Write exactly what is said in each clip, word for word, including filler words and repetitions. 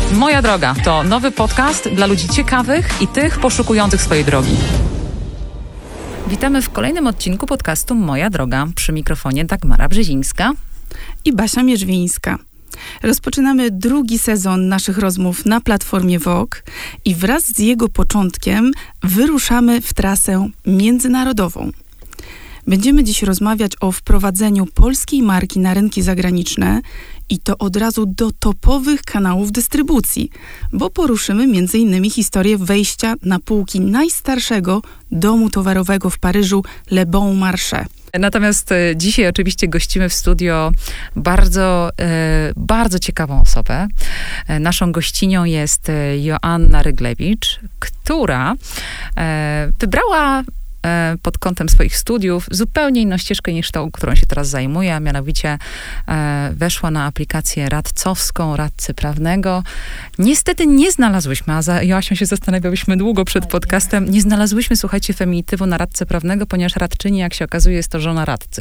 Moja droga to nowy podcast dla ludzi ciekawych i tych poszukujących swojej drogi. Witamy w kolejnym odcinku podcastu Moja droga. Przy mikrofonie Dagmara Brzezińska i Basia Mierzwińska. Rozpoczynamy drugi sezon naszych rozmów na platformie Vogue i wraz z jego początkiem wyruszamy w trasę międzynarodową. Będziemy dziś rozmawiać o wprowadzeniu polskiej marki na rynki zagraniczne i to od razu do topowych kanałów dystrybucji, bo poruszymy między innymi historię wejścia na półki najstarszego domu towarowego w Paryżu Le Bon Marché. Natomiast e, dzisiaj oczywiście gościmy w studio bardzo, e, bardzo ciekawą osobę. E, naszą gościnią jest e, Joanna Ryglewicz, która e, wybrała pod kątem swoich studiów zupełnie inną ścieżkę niż tą, którą się teraz zajmuje, a mianowicie e, weszła na aplikację radcowską, radcy prawnego. Niestety nie znalazłyśmy, a za Joasią się zastanawiałyśmy długo przed podcastem, nie znalazłyśmy, słuchajcie, feminitywu na radcę prawnego, ponieważ radczyni, jak się okazuje, jest to żona radcy.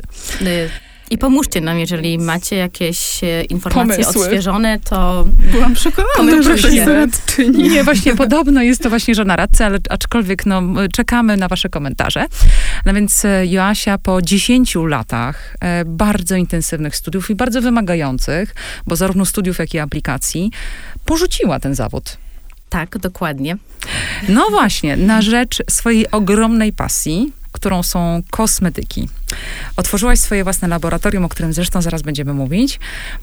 I pomóżcie nam, jeżeli macie jakieś e, informacje Pomysły. odświeżone, to... Byłam przekonana, że to jest radczyni. Nie, właśnie podobno jest to właśnie żona radcy, ale aczkolwiek no, czekamy na wasze komentarze. No więc Joasia po dziesięciu latach e, bardzo intensywnych studiów i bardzo wymagających, bo zarówno studiów, jak i aplikacji, porzuciła ten zawód. Tak, dokładnie. No właśnie, na rzecz swojej ogromnej pasji, którą są kosmetyki. Otworzyłaś swoje własne laboratorium, o którym zresztą zaraz będziemy mówić.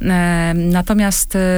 E, natomiast e,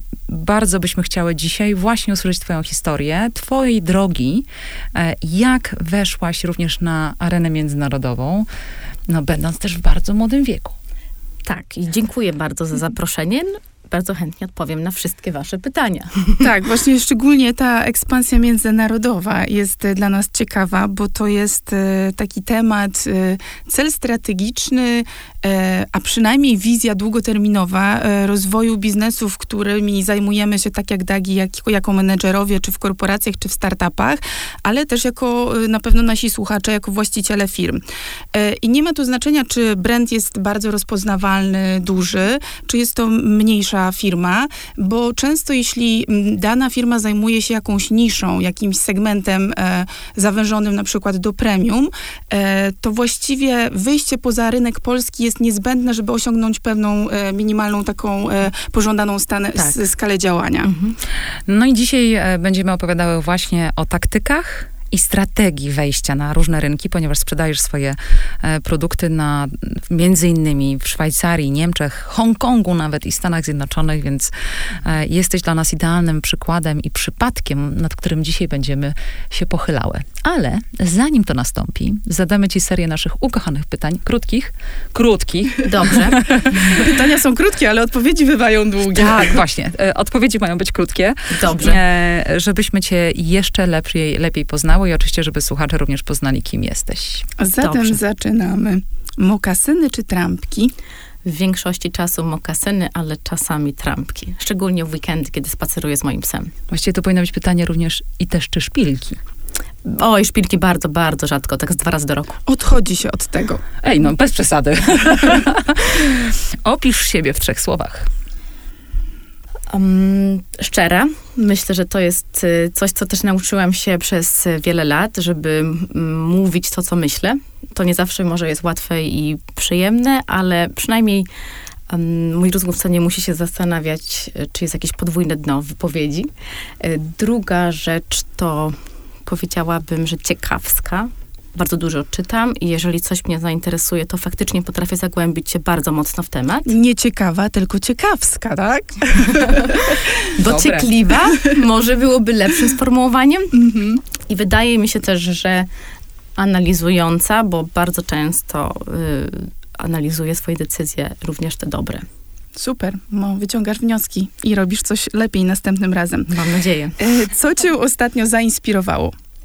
bardzo byśmy chciały dzisiaj właśnie usłyszeć twoją historię, twojej drogi, e, jak weszłaś również na arenę międzynarodową, no będąc też w bardzo młodym wieku. Tak, i dziękuję bardzo za zaproszenie. Bardzo chętnie odpowiem na wszystkie wasze pytania. Tak, właśnie szczególnie ta ekspansja międzynarodowa jest dla nas ciekawa, bo to jest e, taki temat, e, cel strategiczny, e, a przynajmniej wizja długoterminowa e, rozwoju biznesów, którymi zajmujemy się tak jak Dagi, jak, jako menedżerowie, czy w korporacjach, czy w startupach, ale też jako e, na pewno nasi słuchacze, jako właściciele firm. E, I nie ma tu znaczenia, czy brand jest bardzo rozpoznawalny, duży, czy jest to mniejsza firma, bo często jeśli dana firma zajmuje się jakąś niszą, jakimś segmentem e, zawężonym na przykład do premium, e, to właściwie wyjście poza rynek polski jest niezbędne, żeby osiągnąć pewną e, minimalną taką e, pożądaną stan- tak. s- skalę działania. Mhm. No i dzisiaj e, będziemy opowiadały właśnie o taktykach i strategii wejścia na różne rynki, ponieważ sprzedajesz swoje e, produkty na, między innymi w Szwajcarii, Niemczech, Hongkongu nawet i Stanach Zjednoczonych, więc e, jesteś dla nas idealnym przykładem i przypadkiem, nad którym dzisiaj będziemy się pochylały. Ale zanim to nastąpi, zadamy ci serię naszych ukochanych pytań, krótkich, krótkich. Dobrze. Pytania są krótkie, ale odpowiedzi bywają długie. Tak, właśnie. E, odpowiedzi mają być krótkie. Dobrze. E, żebyśmy cię jeszcze lepiej, lepiej poznały i oczywiście, żeby słuchacze również poznali, kim jesteś. Zatem Dobrze. Zaczynamy. Mokasyny czy trampki? W większości czasu mokasyny, ale czasami trampki. Szczególnie w weekendy, kiedy spaceruję z moim psem. Właściwie to powinno być pytanie również i też czy szpilki. Oj, szpilki bardzo, bardzo rzadko, tak z dwa razy do roku. Odchodzi się od tego. Ej, no bez przesady. Opisz siebie w trzech słowach. Um, szczera. Myślę, że to jest y, coś, co też nauczyłam się przez wiele lat, żeby m, mówić to, co myślę. To nie zawsze może jest łatwe i przyjemne, ale przynajmniej um, mój rozmówca nie musi się zastanawiać, czy jest jakieś podwójne dno w wypowiedzi. Y, druga rzecz to powiedziałabym, że ciekawska. Bardzo dużo czytam i jeżeli coś mnie zainteresuje, to faktycznie potrafię zagłębić się bardzo mocno w temat. Nie ciekawa, tylko ciekawska, tak? Dociekliwa może byłoby lepszym sformułowaniem. Mm-hmm. I wydaje mi się też, że analizująca, bo bardzo często y, analizuję swoje decyzje, również te dobre. Super, no, wyciągasz wnioski i robisz coś lepiej następnym razem. Mam nadzieję. Co cię ostatnio zainspirowało?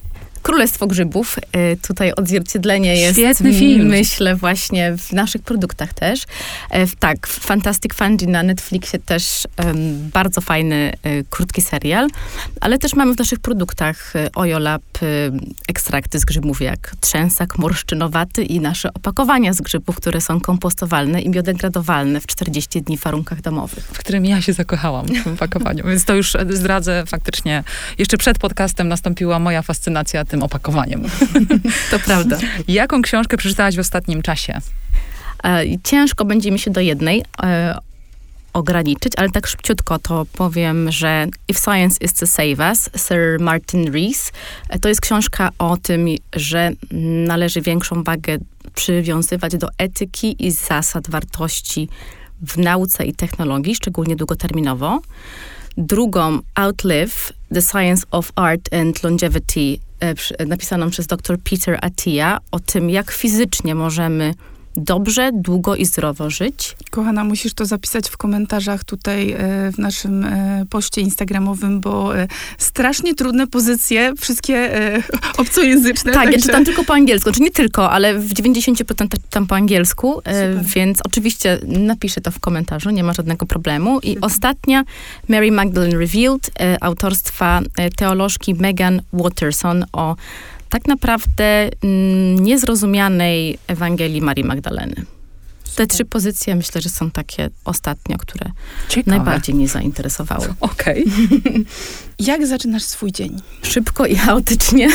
Królestwo Grzybów. E, tutaj odzwierciedlenie jest, Świetny film. myślę, właśnie w naszych produktach też. E, tak, Fantastic Fungi na Netflixie też um, bardzo fajny, e, krótki serial, ale też mamy w naszych produktach e, Ojolab e, ekstrakty z grzybów jak trzęsak morszczynowaty i nasze opakowania z grzybów, które są kompostowalne i biodegradowalne w czterdzieści dni w warunkach domowych. W którym ja się zakochałam w tym opakowaniu. Więc to już zdradzę faktycznie. Jeszcze przed podcastem nastąpiła moja fascynacja tym opakowaniem. To prawda. Jaką książkę przeczytałaś w ostatnim czasie? E, ciężko będzie mi się do jednej e, ograniczyć, ale tak szybciutko to powiem, że If Science is to Save Us, Sir Martin Rees, e, to jest książka o tym, że należy większą wagę przywiązywać do etyki i zasad wartości w nauce i technologii, szczególnie długoterminowo. Drugą, Outlive, The Science of Art and Longevity, e, napisaną przez dr Peter Attia, o tym, jak fizycznie możemy dobrze, długo i zdrowo żyć. Kochana, musisz to zapisać w komentarzach tutaj e, w naszym e, poście instagramowym, bo e, strasznie trudne pozycje, wszystkie e, obcojęzyczne. Tak, także... ja czytam tylko po angielsku, czy nie tylko, ale w dziewięćdziesiąt procent czytam po angielsku, e, więc oczywiście napiszę to w komentarzu, nie ma żadnego problemu. I Super. Ostatnia, Mary Magdalene Revealed, e, autorstwa e, teolożki Megan Watterson o tak naprawdę mm, niezrozumianej Ewangelii Marii Magdaleny. Te trzy pozycje myślę, że są takie ostatnio, które Ciekawe. najbardziej mnie zainteresowały. Okej. Okay. Jak zaczynasz swój dzień? Szybko i chaotycznie.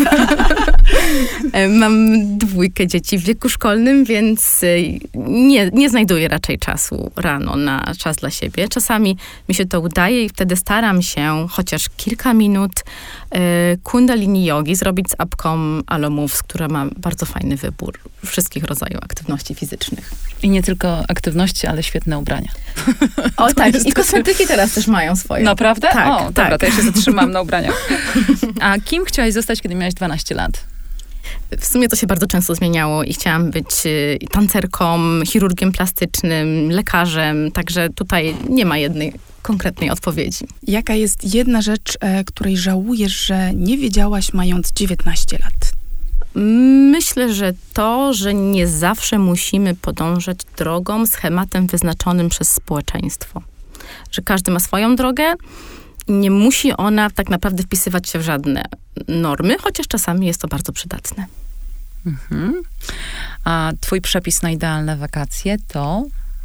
Mam dwójkę dzieci w wieku szkolnym, więc nie, nie znajduję raczej czasu rano na czas dla siebie. Czasami mi się to udaje i wtedy staram się chociaż kilka minut kundalini jogi zrobić z apką Alo Moves, która ma bardzo fajny wybór wszystkich rodzajów aktywności fizycznych. I nie tylko aktywności, ale świetne ubrania. O tak, i kosmetyki teraz też mają swoje. Naprawdę? Tak, o, tak. Dobra, to ja się zatrzymałam na ubraniach. A kim chciałaś zostać, kiedy miałaś dwanaście lat? W sumie to się bardzo często zmieniało i chciałam być tancerką, chirurgiem plastycznym, lekarzem, także tutaj nie ma jednej konkretnej odpowiedzi. Jaka jest jedna rzecz, e, której żałujesz, że nie wiedziałaś mając dziewiętnaście lat? Myślę, że to, że nie zawsze musimy podążać drogą, schematem wyznaczonym przez społeczeństwo. Że każdy ma swoją drogę i nie musi ona tak naprawdę wpisywać się w żadne normy, chociaż czasami jest to bardzo przydatne. Mhm. A twój przepis na idealne wakacje to?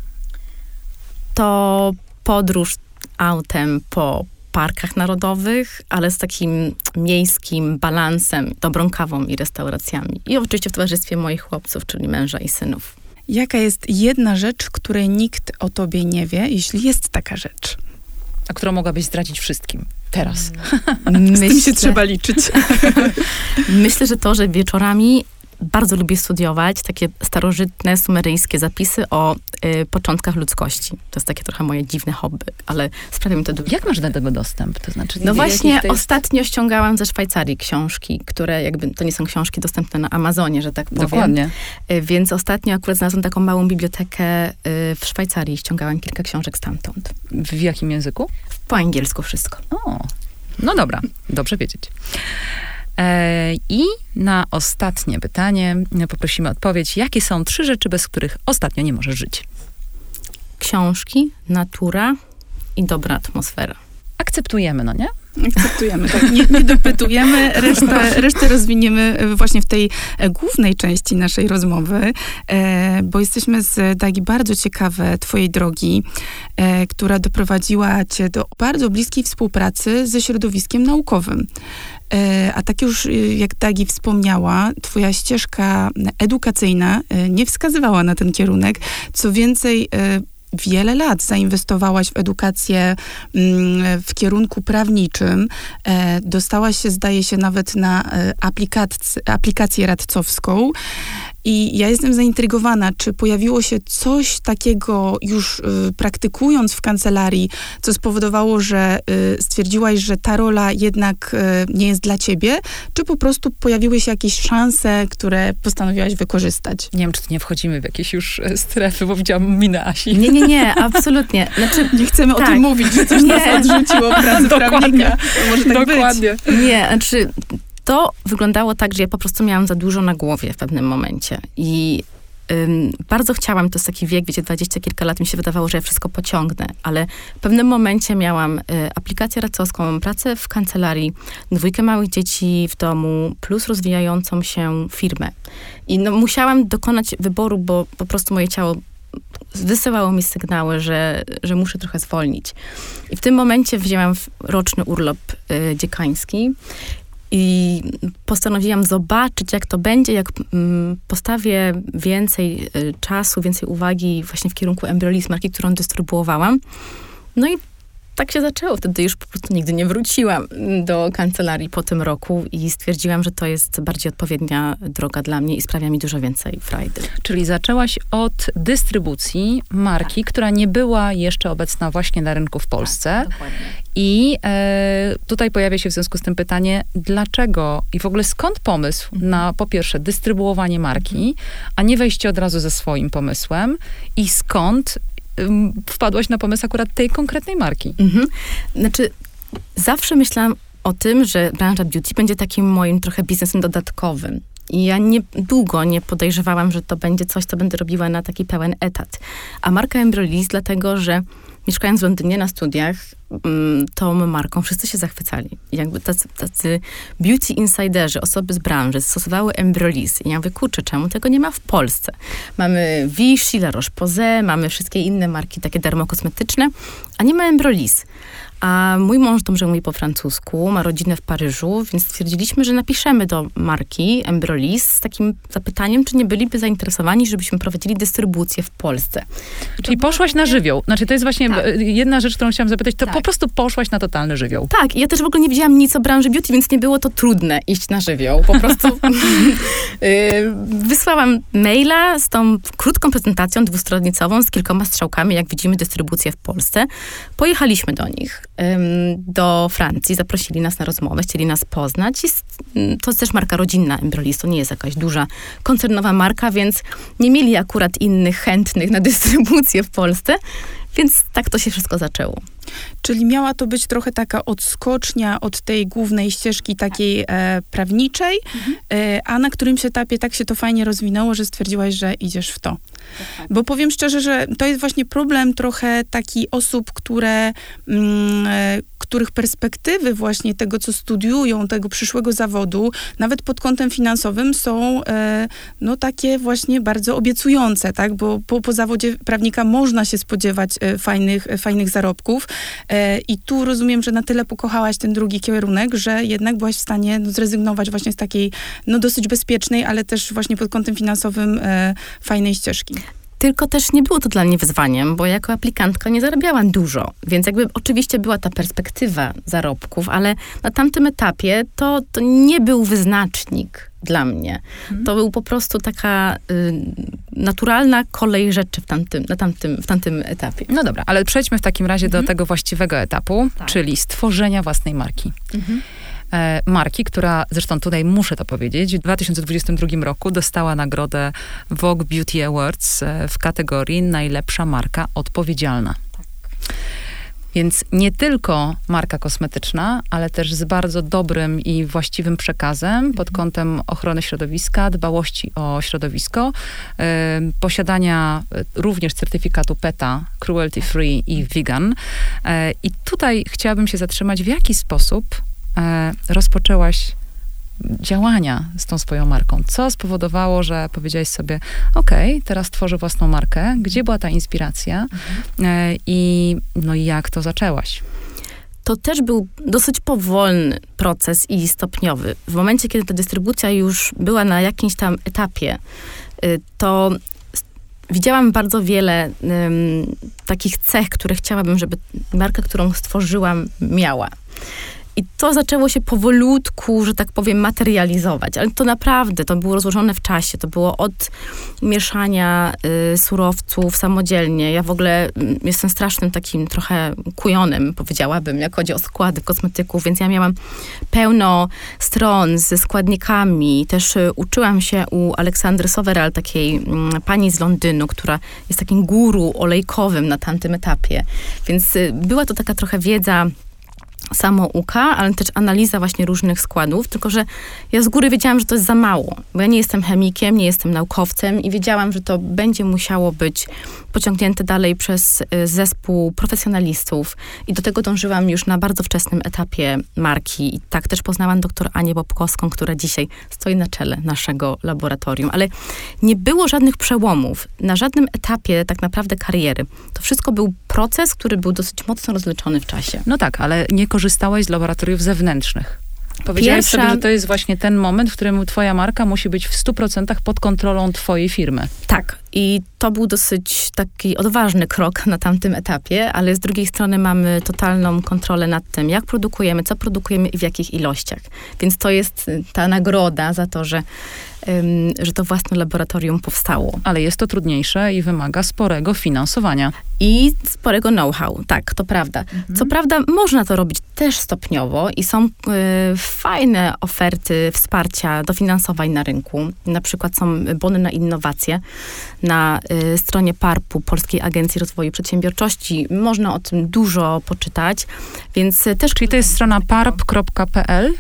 To podróż autem po parkach narodowych, ale z takim miejskim balansem, dobrą kawą i restauracjami. I oczywiście w towarzystwie moich chłopców, czyli męża i synów. Jaka jest jedna rzecz, której nikt o tobie nie wie, jeśli jest taka rzecz? A którą mogłabyś zdradzić wszystkim teraz? Myślę, z tym się trzeba liczyć. Myślę, że to, że wieczorami bardzo lubię studiować takie starożytne, sumeryjskie zapisy o y, początkach ludzkości. To jest takie trochę moje dziwne hobby, ale sprawia mi to dużo. Jak masz do tego dostęp? To znaczy, no właśnie, jest... ostatnio ściągałam ze Szwajcarii książki, które jakby, to nie są książki dostępne na Amazonie, że tak powiem. Dokładnie. Y, więc ostatnio akurat znalazłam taką małą bibliotekę y, w Szwajcarii. Ściągałam kilka książek stamtąd. W jakim języku? Po angielsku wszystko. O, no dobra, dobrze wiedzieć. I na ostatnie pytanie poprosimy odpowiedź. Jakie są trzy rzeczy, bez których ostatnio nie możesz żyć? Książki, natura i dobra atmosfera. Akceptujemy, no nie? Akceptujemy, tak. Nie, nie dopytujemy, resztę, resztę rozwiniemy właśnie w tej głównej części naszej rozmowy, e, bo jesteśmy z Dagi bardzo ciekawe twojej drogi, e, która doprowadziła cię do bardzo bliskiej współpracy ze środowiskiem naukowym. E, a tak już, jak Dagi wspomniała, twoja ścieżka edukacyjna e, nie wskazywała na ten kierunek. Co więcej, e, wiele lat zainwestowałaś w edukację w kierunku prawniczym. Dostałaś się, zdaje się, nawet na aplikac- aplikację radcowską. I ja jestem zaintrygowana, czy pojawiło się coś takiego już y, praktykując w kancelarii, co spowodowało, że y, stwierdziłaś, że ta rola jednak y, nie jest dla ciebie, czy po prostu pojawiły się jakieś szanse, które postanowiłaś wykorzystać? Nie wiem, czy tu nie wchodzimy w jakieś już strefy, bo widziałam minę Asi. Nie, nie, nie, absolutnie. Znaczy, nie chcemy tak. o tym mówić, że coś nie. nas odrzuciło pracy prawnika. Może tak Dokładnie. być. Nie, znaczy... to wyglądało tak, że ja po prostu miałam za dużo na głowie w pewnym momencie. I ym, bardzo chciałam, to jest taki wiek, wiecie, dwadzieścia kilka lat, mi się wydawało, że ja wszystko pociągnę, ale w pewnym momencie miałam y, aplikację radcowską, pracę w kancelarii, dwójkę małych dzieci w domu, plus rozwijającą się firmę. I no, musiałam dokonać wyboru, bo po prostu moje ciało wysyłało mi sygnały, że, że muszę trochę zwolnić. I w tym momencie wzięłam roczny urlop y, dziekański i postanowiłam zobaczyć, jak to będzie, jak mm, postawię więcej y, czasu, więcej uwagi właśnie w kierunku Embryolisse, marki, którą dystrybuowałam. No i tak się zaczęło. Wtedy już po prostu nigdy nie wróciłam do kancelarii po tym roku i stwierdziłam, że to jest bardziej odpowiednia droga dla mnie i sprawia mi dużo więcej frajdy. Czyli zaczęłaś od dystrybucji marki, tak. która nie była jeszcze obecna właśnie na rynku w Polsce. Tak, dokładnie. I e, tutaj pojawia się w związku z tym pytanie, dlaczego i w ogóle skąd pomysł mhm. na po pierwsze dystrybuowanie marki, mhm. a nie wejście od razu ze swoim pomysłem i skąd wpadłaś na pomysł akurat tej konkretnej marki? Mhm. Znaczy, zawsze myślałam o tym, że branża beauty będzie takim moim trochę biznesem dodatkowym. I ja nie, długo nie podejrzewałam, że to będzie coś, co będę robiła na taki pełen etat. A marka Embryolisse, dlatego, że mieszkając w Londynie na studiach, tą marką wszyscy się zachwycali. Jakby tacy, tacy beauty insiderzy, osoby z branży stosowały Embryolisse. I ja mówię, kurczę, czemu tego nie ma w Polsce? Mamy Vichy, La Roche-Posay, mamy wszystkie inne marki takie dermokosmetyczne, a nie ma Embryolisse. A mój mąż dobrze mówi po francusku, ma rodzinę w Paryżu, więc stwierdziliśmy, że napiszemy do marki Embryolisse z takim zapytaniem, czy nie byliby zainteresowani, żebyśmy prowadzili dystrybucję w Polsce. Czyli to poszłaś na żywioł. Znaczy to jest właśnie tak. jedna rzecz, którą chciałam zapytać, to tak. po prostu poszłaś na totalny żywioł. Tak, i ja też w ogóle nie wiedziałam nic o branży beauty, więc nie było to trudne iść na żywioł. Po prostu wysłałam maila z tą krótką prezentacją dwustronicową z kilkoma strzałkami, jak widzimy dystrybucję w Polsce. Pojechaliśmy do nich. Do Francji, zaprosili nas na rozmowę, chcieli nas poznać. I to jest też marka rodzinna Embryolisse, to nie jest jakaś duża koncernowa marka, więc nie mieli akurat innych chętnych na dystrybucję w Polsce, więc tak to się wszystko zaczęło. Czyli miała to być trochę taka odskocznia od tej głównej ścieżki takiej e, prawniczej, mhm. e, a na którymś etapie tak się to fajnie rozwinęło, że stwierdziłaś, że idziesz w to. Tak. Bo powiem szczerze, że to jest właśnie problem trochę taki osób, które, mm, e, których perspektywy właśnie tego, co studiują, tego przyszłego zawodu, nawet pod kątem finansowym są e, no takie właśnie bardzo obiecujące, tak? Bo po, po zawodzie prawnika można się spodziewać e, fajnych, e, fajnych zarobków. E, I tu rozumiem, że na tyle pokochałaś ten drugi kierunek, że jednak byłaś w stanie no, zrezygnować właśnie z takiej no, dosyć bezpiecznej, ale też właśnie pod kątem finansowym e, fajnej ścieżki. Tylko też nie było to dla mnie wyzwaniem, bo jako aplikantka nie zarabiałam dużo. Więc jakby oczywiście była ta perspektywa zarobków, ale na tamtym etapie to, to nie był wyznacznik dla mnie. Hmm. To był po prostu taka y, naturalna kolej rzeczy w tamtym, na tamtym, w tamtym etapie. No dobra, ale przejdźmy w takim razie hmm. do tego właściwego etapu, tak. czyli stworzenia własnej marki. Hmm. Marki, która, zresztą tutaj muszę to powiedzieć, w dwa tysiące dwudziestym drugim roku dostała nagrodę Vogue Beauty Awards w kategorii najlepsza marka odpowiedzialna. Tak. Więc nie tylko marka kosmetyczna, ale też z bardzo dobrym i właściwym przekazem pod kątem ochrony środowiska, dbałości o środowisko, yy, posiadania również certyfikatu PETA, cruelty free i vegan. Yy, I tutaj chciałabym się zatrzymać, w jaki sposób rozpoczęłaś działania z tą swoją marką. Co spowodowało, że powiedziałaś sobie, okej, okay, teraz tworzę własną markę. Gdzie była ta inspiracja? Mhm. I no i jak to zaczęłaś? To też był dosyć powolny proces i stopniowy. W momencie, kiedy ta dystrybucja już była na jakimś tam etapie, to widziałam bardzo wiele um, takich cech, które chciałabym, żeby marka, którą stworzyłam, miała. I to zaczęło się powolutku, że tak powiem, materializować. Ale to naprawdę, to było rozłożone w czasie. To było od mieszania y, surowców samodzielnie. Ja w ogóle y, jestem strasznym takim trochę kujonem, powiedziałabym, jak chodzi o składy kosmetyków, więc ja miałam pełno stron ze składnikami. Też y, uczyłam się u Aleksandry Soveral, takiej y, pani z Londynu, która jest takim guru olejkowym na tamtym etapie. Więc y, była to taka trochę wiedza samouka, ale też analiza właśnie różnych składów, tylko że ja z góry wiedziałam, że to jest za mało, bo ja nie jestem chemikiem, nie jestem naukowcem i wiedziałam, że to będzie musiało być pociągnięte dalej przez zespół profesjonalistów i do tego dążyłam już na bardzo wczesnym etapie marki i tak też poznałam dr Anię Bobkowską, która dzisiaj stoi na czele naszego laboratorium, ale nie było żadnych przełomów na żadnym etapie tak naprawdę kariery. To wszystko był proces, który był dosyć mocno rozliczony w czasie. No tak, ale nie korzystałaś z laboratoriów zewnętrznych. Powiedziałaś Pierwsza... sobie, że to jest właśnie ten moment, w którym twoja marka musi być w stu procentach pod kontrolą twojej firmy. Tak. I to był dosyć taki odważny krok na tamtym etapie, ale z drugiej strony mamy totalną kontrolę nad tym, jak produkujemy, co produkujemy i w jakich ilościach. Więc to jest ta nagroda za to, że, ym, że to własne laboratorium powstało. Ale jest to trudniejsze i wymaga sporego finansowania. I sporego know-how, tak, to prawda. Mhm. Co prawda można to robić też stopniowo i są y, fajne oferty wsparcia dofinansowań na rynku. Na przykład są bony na innowacje. Na y, stronie parpu, Polskiej Agencji Rozwoju Przedsiębiorczości. Można o tym dużo poczytać, więc też... Czyli to jest strona parp kropka p l?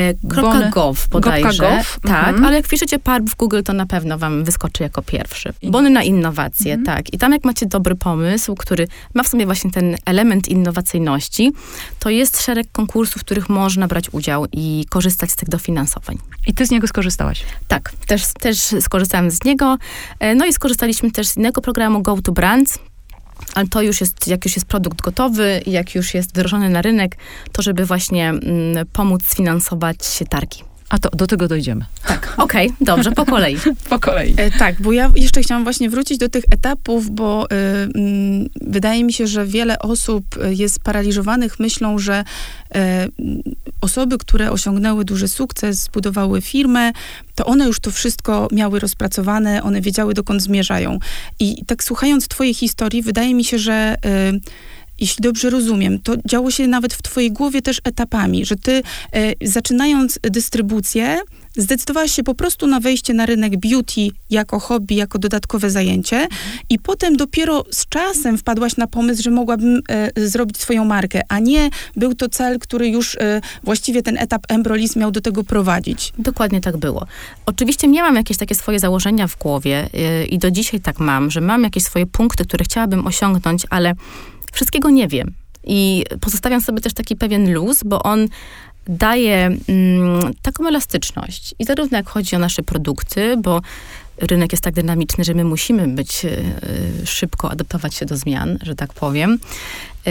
.gov bodajże. .gov? Tak, Mhm. ale jak wpiszecie parp w Google, to na pewno wam wyskoczy jako pierwszy. Bony na innowacje, mhm. tak. I tam jak macie dobry pomysł, który ma w sobie właśnie ten element innowacyjności, to jest szereg konkursów, w których można brać udział i korzystać z tych dofinansowań. I ty z niego skorzystałaś? Tak, też, też skorzystałam z niego. No i skorzystaliśmy też z innego programu Go to Brands. Ale to już jest, jak już jest produkt gotowy, jak już jest wdrożony na rynek, to żeby właśnie mm, pomóc sfinansować targi. A to do tego dojdziemy. Tak, okej, okay, dobrze, po kolei. Po kolei. E, tak, bo ja jeszcze chciałam właśnie wrócić do tych etapów, bo y, y, wydaje mi się, że wiele osób jest sparaliżowanych myślą, że y, osoby, które osiągnęły duży sukces, zbudowały firmę, to one już to wszystko miały rozpracowane, one wiedziały, dokąd zmierzają. I tak słuchając twojej historii, wydaje mi się, że y, jeśli dobrze rozumiem, to działo się nawet w twojej głowie też etapami, że ty e, zaczynając dystrybucję, zdecydowałaś się po prostu na wejście na rynek beauty jako hobby, jako dodatkowe zajęcie mhm. i potem dopiero z czasem wpadłaś na pomysł, że mogłabym e, zrobić swoją markę, a nie był to cel, który już e, właściwie ten etap Embrolis miał do tego prowadzić. Dokładnie tak było. Oczywiście miałam jakieś takie swoje założenia w głowie yy, i do dzisiaj tak mam, że mam jakieś swoje punkty, które chciałabym osiągnąć, ale wszystkiego nie wiem. I pozostawiam sobie też taki pewien luz, bo on daje mm, taką elastyczność. I zarówno jak chodzi o nasze produkty, bo rynek jest tak dynamiczny, że my musimy być y, szybko adaptować się do zmian, że tak powiem. Y,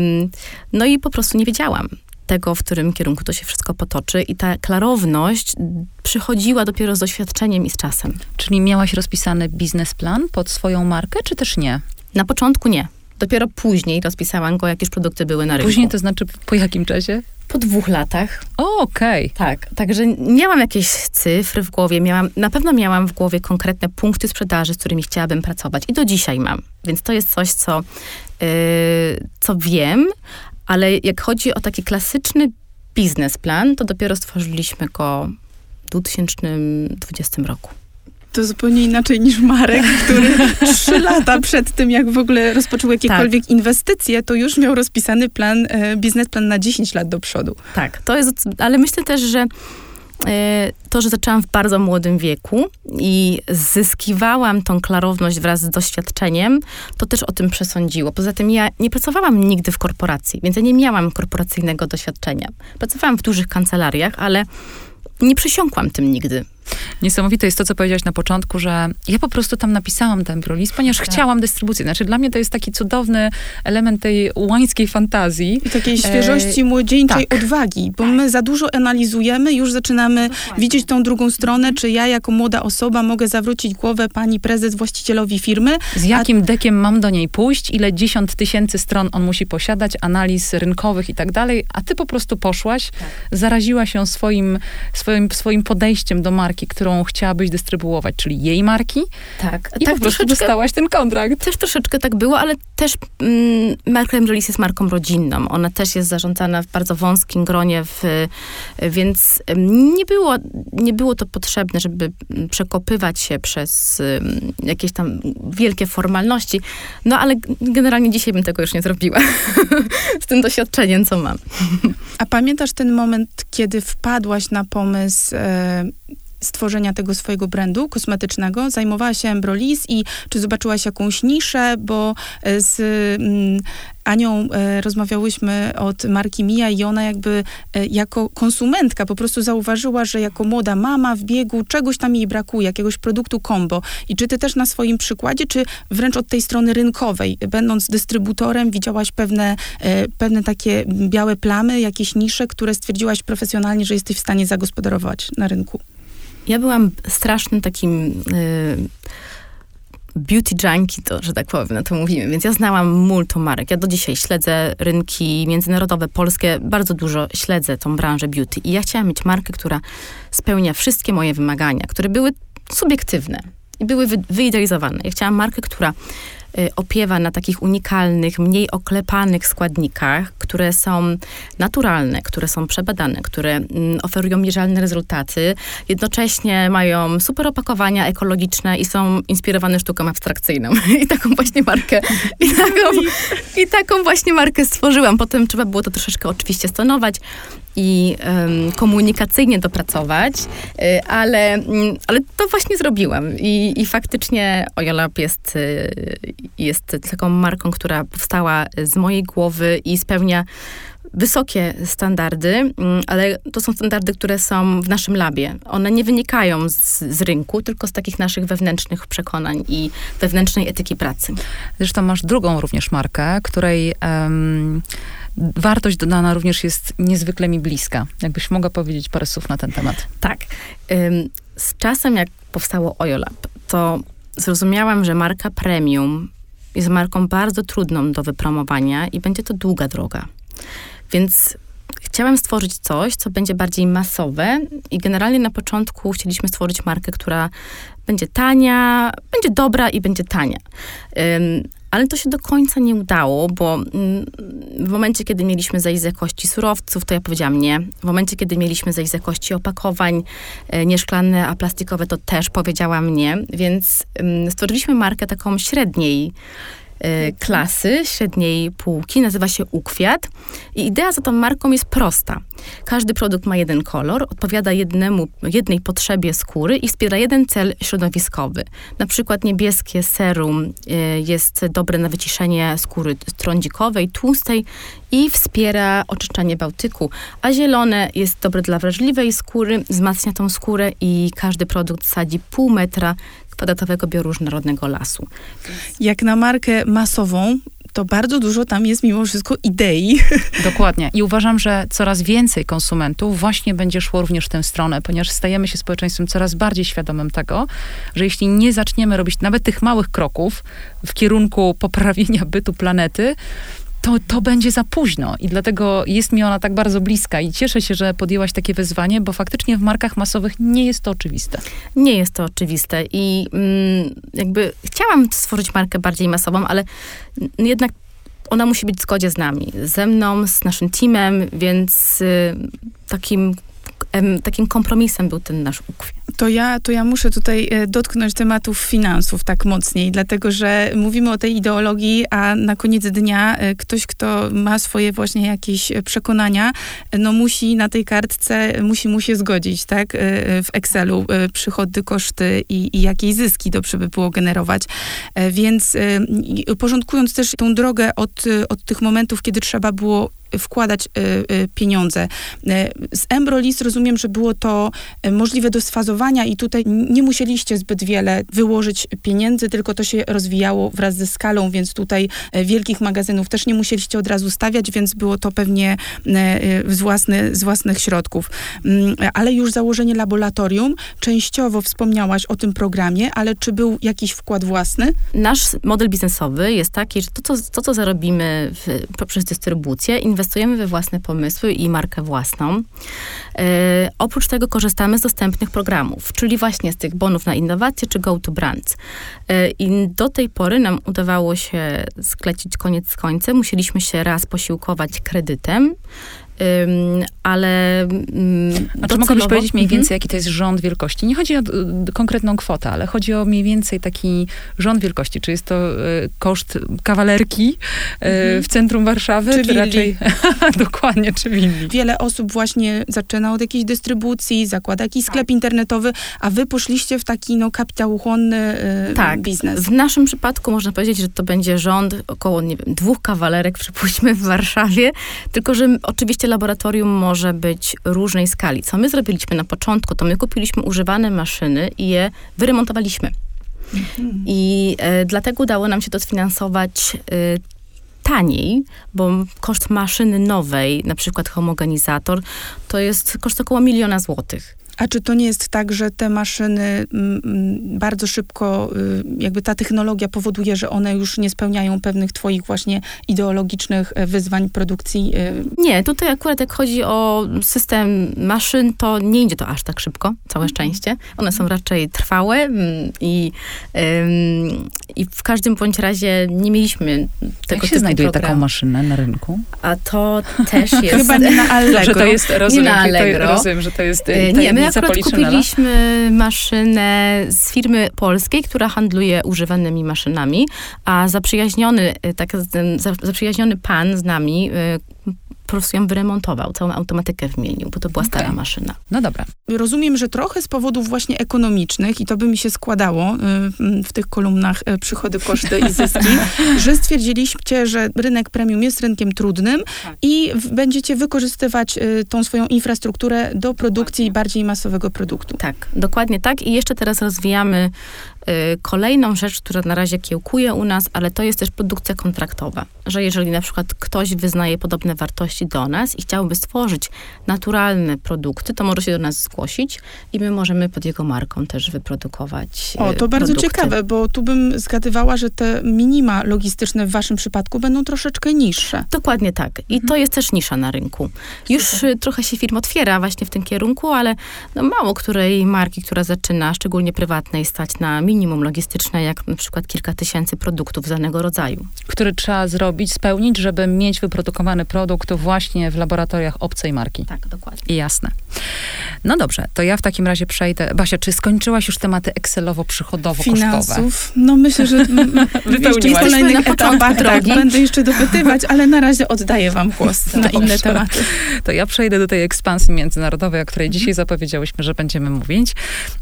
no i po prostu nie wiedziałam tego, w którym kierunku to się wszystko potoczy i ta klarowność przychodziła dopiero z doświadczeniem i z czasem. Czyli miałaś rozpisany biznesplan pod swoją markę, czy też nie? Na początku nie. Dopiero później rozpisałam go, jak już produkty były na rynku. Później to znaczy po jakim czasie? Po dwóch latach. O, okej. Okay. Tak, także miałam jakieś cyfry w głowie, miałam, na pewno miałam w głowie konkretne punkty sprzedaży, z którymi chciałabym pracować i do dzisiaj mam. Więc to jest coś, co, yy, co wiem, ale jak chodzi o taki klasyczny biznesplan, to dopiero stworzyliśmy go w dwa tysiące dwudziestym roku. To zupełnie inaczej niż Marek, który trzy lata przed tym, jak w ogóle rozpoczął jakiekolwiek tak. inwestycje, to już miał rozpisany plan, e, biznesplan na dziesięć lat do przodu. Tak, to jest, ale myślę też, że e, to, że zaczęłam w bardzo młodym wieku i zyskiwałam tą klarowność wraz z doświadczeniem, to też o tym przesądziło. Poza tym ja nie pracowałam nigdy w korporacji, więc ja nie miałam korporacyjnego doświadczenia. Pracowałam w dużych kancelariach, ale nie przysiąkłam tym nigdy. Niesamowite jest to, co powiedziałaś na początku, że ja po prostu tam napisałam ten Embrolis, ponieważ tak. chciałam dystrybucji. Znaczy dla mnie to jest taki cudowny element tej łańskiej fantazji. I takiej świeżości, e, młodzieńczej tak. odwagi, bo my za dużo analizujemy, już zaczynamy Dokładnie. widzieć tą drugą stronę, czy ja jako młoda osoba mogę zawrócić głowę pani prezes, właścicielowi firmy. Z jakim a... dekiem mam do niej pójść, ile dziesiąt tysięcy stron on musi posiadać, analiz rynkowych i tak dalej, a ty po prostu poszłaś, tak. zaraziłaś się swoim, swoim, swoim podejściem do marki, którą którą chciałabyś dystrybuować, czyli jej marki. Tak. I tak, po prostu dostałaś ten kontrakt. Też troszeczkę tak było, ale też mm, marka Embrolis jest marką rodzinną. Ona też jest zarządzana w bardzo wąskim gronie, w, więc nie było, nie było to potrzebne, żeby przekopywać się przez um, jakieś tam wielkie formalności. No ale generalnie dzisiaj bym tego już nie zrobiła. Z tym doświadczeniem, co mam. A pamiętasz ten moment, kiedy wpadłaś na pomysł e, stworzenia tego swojego brandu kosmetycznego? Zajmowałaś się Embrolis i czy zobaczyłaś jakąś niszę? Bo z mm, Anią e, rozmawiałyśmy od marki Mia i ona jakby e, jako konsumentka po prostu zauważyła, że jako młoda mama w biegu czegoś tam jej brakuje, jakiegoś produktu combo. I czy ty też na swoim przykładzie, czy wręcz od tej strony rynkowej, będąc dystrybutorem, widziałaś pewne, e, pewne takie białe plamy, jakieś nisze, które stwierdziłaś profesjonalnie, że jesteś w stanie zagospodarować na rynku? Ja byłam strasznym takim y, beauty junkie, to, że tak powiem, na to mówimy. Więc ja znałam multum marek. Ja do dzisiaj śledzę rynki międzynarodowe, polskie. Bardzo dużo śledzę tą branżę beauty. I ja chciałam mieć markę, która spełnia wszystkie moje wymagania, które były subiektywne i były wy, wyidealizowane. Ja chciałam markę, która opiewa na takich unikalnych, mniej oklepanych składnikach, które są naturalne, które są przebadane, które mm, oferują mierzalne rezultaty, jednocześnie mają super opakowania ekologiczne i są inspirowane sztuką abstrakcyjną. I taką właśnie markę, i taką, i taką właśnie markę stworzyłam. Potem trzeba było to troszeczkę oczywiście stonować i um, komunikacyjnie dopracować, y, ale, y, ale to właśnie zrobiłam. I, i faktycznie Ojalab jest, y, jest taką marką, która powstała z mojej głowy i spełnia wysokie standardy, y, ale to są standardy, które są w naszym labie. One nie wynikają z, z rynku, tylko z takich naszych wewnętrznych przekonań i wewnętrznej etyki pracy. Zresztą masz drugą również markę, której um, wartość dodana również jest niezwykle mi bliska. Jakbyś mogła powiedzieć parę słów na ten temat. Tak. Ym, z czasem, jak powstało Ojalab, to zrozumiałam, że marka premium jest marką bardzo trudną do wypromowania i będzie to długa droga. Więc chciałam stworzyć coś, co będzie bardziej masowe i generalnie na początku chcieliśmy stworzyć markę, która będzie tania, będzie dobra i będzie tania. Ym, Ale to się do końca nie udało, bo w momencie, kiedy mieliśmy zejść z jakości surowców, to ja powiedziałam nie. W momencie, kiedy mieliśmy zejść z jakości opakowań, nie szklane, a plastikowe, to też powiedziałam nie. Więc stworzyliśmy markę taką średniej klasy, średniej półki, nazywa się Ukwiat. I idea za tą marką jest prosta. Każdy produkt ma jeden kolor, odpowiada jednemu, jednej potrzebie skóry i wspiera jeden cel środowiskowy. Na przykład niebieskie serum jest dobre na wyciszenie skóry trądzikowej, tłustej i wspiera oczyszczanie Bałtyku, a zielone jest dobre dla wrażliwej skóry, wzmacnia tą skórę i każdy produkt sadzi pół metra kwadratowego bioróżnorodnego lasu. Jak na markę masową, to bardzo dużo tam jest mimo wszystko idei. Dokładnie. I uważam, że coraz więcej konsumentów właśnie będzie szło również w tę stronę, ponieważ stajemy się społeczeństwem coraz bardziej świadomym tego, że jeśli nie zaczniemy robić nawet tych małych kroków w kierunku poprawienia bytu planety, to, to będzie za późno i dlatego jest mi ona tak bardzo bliska i cieszę się, że podjęłaś takie wyzwanie, bo faktycznie w markach masowych nie jest to oczywiste. Nie jest to oczywiste i mm, jakby chciałam stworzyć markę bardziej masową, ale jednak ona musi być w zgodzie z nami, ze mną, z naszym teamem, więc y, takim takim kompromisem był ten nasz ukwiat. To ja, to ja muszę tutaj dotknąć tematów finansów tak mocniej, dlatego że mówimy o tej ideologii, a na koniec dnia ktoś, kto ma swoje właśnie jakieś przekonania, no musi na tej kartce, musi mu się zgodzić, tak? W Excelu przychody, koszty i, i jakie zyski dobrze by było generować. Więc porządkując też tą drogę od, od tych momentów, kiedy trzeba było wkładać y, y, pieniądze. Y, z Embrolis rozumiem, że było to możliwe do sfazowania i tutaj nie musieliście zbyt wiele wyłożyć pieniędzy, tylko to się rozwijało wraz ze skalą, więc tutaj y, wielkich magazynów też nie musieliście od razu stawiać, więc było to pewnie y, z, własny, z własnych środków. Y, ale już założenie laboratorium, częściowo wspomniałaś o tym programie, ale czy był jakiś wkład własny? Nasz model biznesowy jest taki, że to, co, to, co zarobimy w, poprzez dystrybucję, inwestujemy we własne pomysły i markę własną. E, oprócz tego korzystamy z dostępnych programów. programów, czyli właśnie z tych bonów na innowacje czy go to brands. I do tej pory nam udawało się sklecić koniec z końcem. Musieliśmy się raz posiłkować kredytem, Um, ale um, A czy mogłabyś powiedzieć mniej więcej, jaki to jest rząd wielkości? Nie chodzi o y, konkretną kwotę, ale chodzi o mniej więcej taki rząd wielkości. Czy jest to y, koszt kawalerki y, mhm. w centrum Warszawy? Czy, czy willi. raczej dokładnie, czy willi? Wiele osób właśnie zaczyna od jakiejś dystrybucji, zakłada jakiś sklep internetowy, a wy poszliście w taki no, kapitałochłonny y, tak. biznes. W naszym przypadku można powiedzieć, że to będzie rząd około, nie wiem, dwóch kawalerek, przypuśćmy, w Warszawie, tylko że oczywiście laboratorium może być różnej skali. Co my zrobiliśmy na początku, to my kupiliśmy używane maszyny i je wyremontowaliśmy. Mhm. I e, dlatego udało nam się to sfinansować e, taniej, bo koszt maszyny nowej, na przykład homogenizator, to jest koszt około miliona złotych. A czy to nie jest tak, że te maszyny m, bardzo szybko, y, jakby ta technologia powoduje, że one już nie spełniają pewnych twoich właśnie ideologicznych wyzwań produkcji? Y? Nie, tutaj akurat jak chodzi o system maszyn, to nie idzie to aż tak szybko, całe szczęście. One są raczej trwałe mm, i, ym, i w każdym bądź razie nie mieliśmy tego Jak się znajduje programu. taką maszynę na rynku? A to też jest... Chyba nie na Allegro. Że to jest, rozumiem, nie na Allegro. To, rozumiem, że to jest Nie, my akurat Poliszynela. kupiliśmy maszynę z firmy polskiej, która handluje używanymi maszynami, a zaprzyjaźniony, tak, zaprzyjaźniony pan z nami po prostu ją wyremontował, całą automatykę wymienił, bo to była okay. stara maszyna. No dobra. Rozumiem, że trochę z powodów właśnie ekonomicznych, i to by mi się składało w tych kolumnach przychody, koszty i zyski, że stwierdziliście, że rynek premium jest rynkiem trudnym tak. i w, będziecie wykorzystywać tą swoją infrastrukturę do produkcji dokładnie. bardziej masowego produktu. Tak, dokładnie tak. I jeszcze teraz rozwijamy y, kolejną rzecz, która na razie kiełkuje u nas, ale to jest też produkcja kontraktowa. Że jeżeli na przykład ktoś wyznaje podobne wartości do nas i chciałby stworzyć naturalne produkty, to może się do nas zgłosić i my możemy pod jego marką też wyprodukować O, to bardzo produkty. ciekawe, bo tu bym zgadywała, że te minima logistyczne w waszym przypadku będą troszeczkę niższe. Dokładnie tak. I mhm. to jest też nisza na rynku. Już Super. trochę się firm otwiera właśnie w tym kierunku, ale no mało której marki, która zaczyna, szczególnie prywatnej, stać na minimum logistyczne, jak na przykład kilka tysięcy produktów z danego rodzaju. Który trzeba zrobić, spełnić, żeby mieć wyprodukowany produkt właśnie w laboratoriach obcej marki. Tak, dokładnie. Jasne. No dobrze, to ja w takim razie przejdę. Basia, czy skończyłaś już tematy Excelowo-przychodowo-kosztowe? Finansów? No myślę, że jeszcze w kolejnych etapach tak, będę jeszcze dopytywać, ale na razie oddaję wam głos na dobrze. inne tematy. To ja przejdę do tej ekspansji międzynarodowej, o której dzisiaj zapowiedziałyśmy, że będziemy mówić.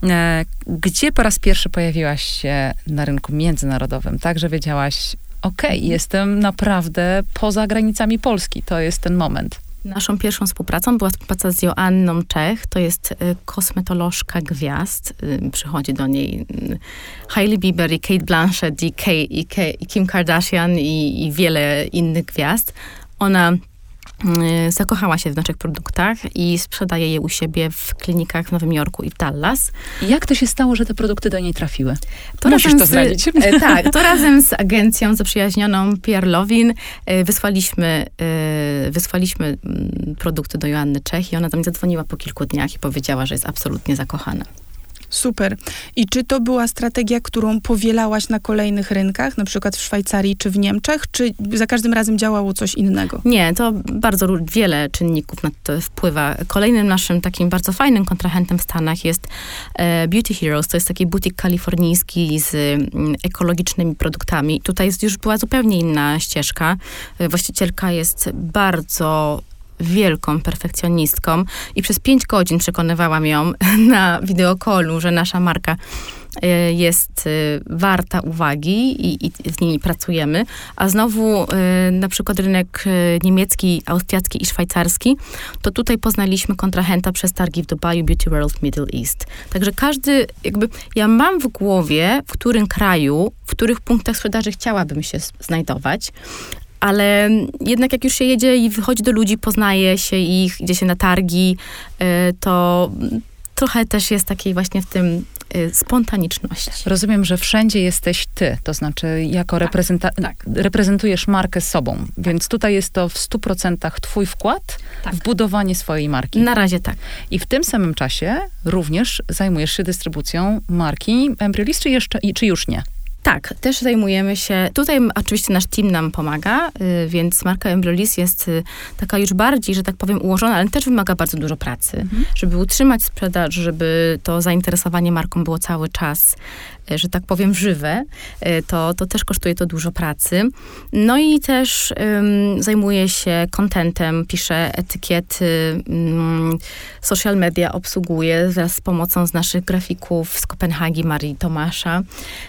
Gdzie po raz pierwszy pojawiłaś się na rynku międzynarodowym? Tak, że wiedziałaś, okej, okay, jestem naprawdę poza granicami Polski. To jest ten moment. Naszą pierwszą współpracą była współpraca z Joanną Czech. To jest y, kosmetolożka gwiazd. Y, przychodzi do niej y, Hailey Bieber i Kate Blanchett i, Kay, i, Kay, i Kim Kardashian i, i wiele innych gwiazd. Ona y, zakochała się w naszych produktach i sprzedaje je u siebie w klinikach w Nowym Jorku i w Dallas. Jak to się stało, że te produkty do niej trafiły? To Musisz to z, zdradzić. E, tak, to razem z agencją zaprzyjaźnioną P R Lovin e, wysłaliśmy, e, wysłaliśmy m, produkty do Joanny Czech i ona do mnie zadzwoniła po kilku dniach i powiedziała, że jest absolutnie zakochana. Super. I czy to była strategia, którą powielałaś na kolejnych rynkach, na przykład w Szwajcarii czy w Niemczech, czy za każdym razem działało coś innego? Nie, to bardzo wiele czynników na to wpływa. Kolejnym naszym takim bardzo fajnym kontrahentem w Stanach jest e, Beauty Heroes. To jest taki butik kalifornijski z m, ekologicznymi produktami. Tutaj jest, już była zupełnie inna ścieżka. E, właścicielka jest bardzo wielką perfekcjonistką i przez pięć godzin przekonywałam ją na wideokolu, że nasza marka jest warta uwagi i, i z nimi pracujemy. A znowu na przykład rynek niemiecki, austriacki i szwajcarski, to tutaj poznaliśmy kontrahenta przez targi w Dubaju, Beauty World Middle East. Także każdy, jakby, ja mam w głowie, w którym kraju, w których punktach sprzedaży chciałabym się znajdować, ale jednak jak już się jedzie i wychodzi do ludzi, poznaje się ich, idzie się na targi, to trochę też jest takiej właśnie w tym y, spontaniczności. Rozumiem, że wszędzie jesteś ty, to znaczy jako Tak, reprezenta- tak. reprezentujesz markę sobą, więc tutaj jest to w stu procentach twój wkład Tak. w budowanie swojej marki. Na razie tak. I w tym samym czasie również zajmujesz się dystrybucją marki Embryolist, czy jeszcze, i- czy już nie? Tak, też zajmujemy się, tutaj m- oczywiście nasz team nam pomaga, y, więc marka Embryolist jest y, taka już bardziej, że tak powiem, ułożona, ale też wymaga bardzo dużo pracy, Mhm. żeby utrzymać sprzedaż, żeby to zainteresowanie marką było cały czas, y, że tak powiem, żywe, y, to, to też kosztuje to dużo pracy. No i też ym, zajmuję się contentem, piszę etykiety, ym, social media obsługuję wraz z pomocą z naszych grafików z Kopenhagi, Marii Tomasza.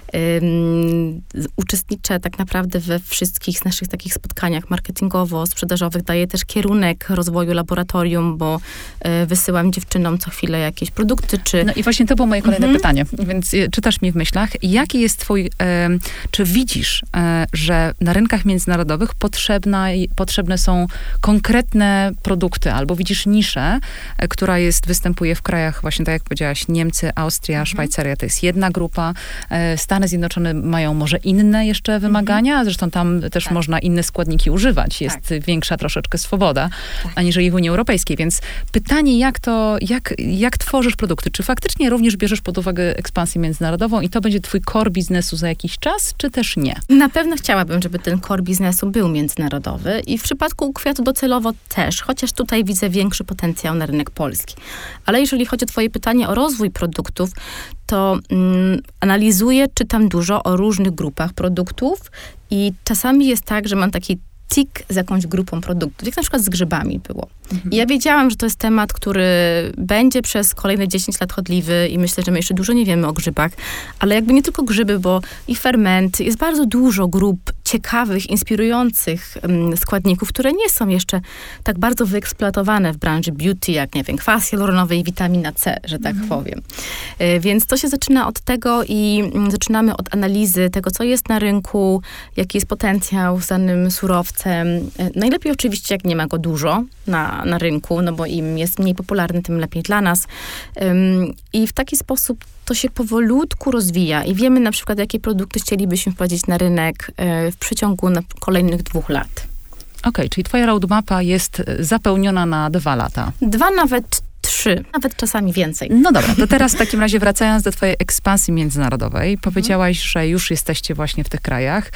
Ym, uczestniczę tak naprawdę we wszystkich z naszych takich spotkaniach marketingowo-sprzedażowych. Daję też kierunek rozwoju laboratorium, bo y, wysyłam dziewczynom co chwilę jakieś produkty, czy... No i właśnie to było moje kolejne Mhm. pytanie, więc e, czytasz mi w myślach. Jaki jest twój, e, czy widzisz, e, że na rynkach międzynarodowych potrzebna, potrzebne są konkretne produkty, albo widzisz niszę, e, która jest, występuje w krajach, właśnie tak jak powiedziałaś, Niemcy, Austria, Mhm. Szwajcaria, to jest jedna grupa. E, Stany Zjednoczone mają może inne jeszcze wymagania, zresztą tam też Tak. można inne składniki używać. Jest Tak. większa troszeczkę swoboda, Tak. aniżeli w Unii Europejskiej, więc pytanie, jak to, jak, jak tworzysz produkty? Czy faktycznie również bierzesz pod uwagę ekspansję międzynarodową i to będzie twój core biznesu za jakiś czas, czy też nie? Na pewno chciałabym, żeby ten core biznesu był międzynarodowy i w przypadku kwiatu docelowo też, chociaż tutaj widzę większy potencjał na rynek polski. Ale jeżeli chodzi o twoje pytanie o rozwój produktów, to mm, analizuję, czytam dużo o różnych grupach produktów i czasami jest tak, że mam taki tik z jakąś grupą produktów, jak na przykład z grzybami było. I ja wiedziałam, że to jest temat, który będzie przez kolejne dziesięć lat chodliwy i myślę, że my jeszcze dużo nie wiemy o grzybach, ale jakby nie tylko grzyby, bo i fermenty, jest bardzo dużo grup ciekawych, inspirujących um, składników, które nie są jeszcze tak bardzo wyeksploatowane w branży beauty, jak, nie wiem, kwas hialuronowy i witamina C, że tak Mhm. powiem. Y, Więc to się zaczyna od tego i mm, zaczynamy od analizy tego, co jest na rynku, jaki jest potencjał z danym surowcem. Y, Najlepiej oczywiście, jak nie ma go dużo na, na rynku, no bo im jest mniej popularny, tym lepiej dla nas. Ym, I w taki sposób to się powolutku rozwija i wiemy na przykład, jakie produkty chcielibyśmy wprowadzić na rynek y, w przeciągu na kolejnych dwóch lat. Okej, czyli twoja roadmapa jest e, zapełniona na dwa lata. Dwa, nawet trzy, nawet czasami więcej. No dobra, to teraz w takim razie wracając do twojej ekspansji międzynarodowej, powiedziałaś, że już jesteście właśnie w tych krajach.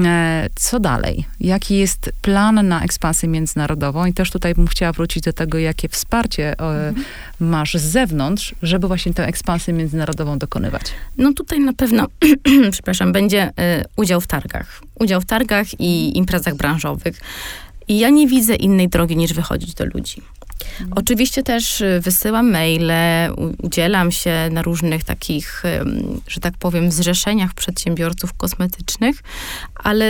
E, co dalej? Jaki jest plan na ekspansję międzynarodową? I też tutaj bym chciała wrócić do tego, jakie wsparcie e, masz z zewnątrz, żeby właśnie tę ekspansję międzynarodową dokonywać. No tutaj na pewno, przepraszam, będzie y, udział w targach. Udział w targach i imprezach branżowych. I ja nie widzę innej drogi, niż wychodzić do ludzi. Oczywiście też y, wysyłam maile, u, udzielam się na różnych takich, ym, że tak powiem, zrzeszeniach przedsiębiorców kosmetycznych, ale y,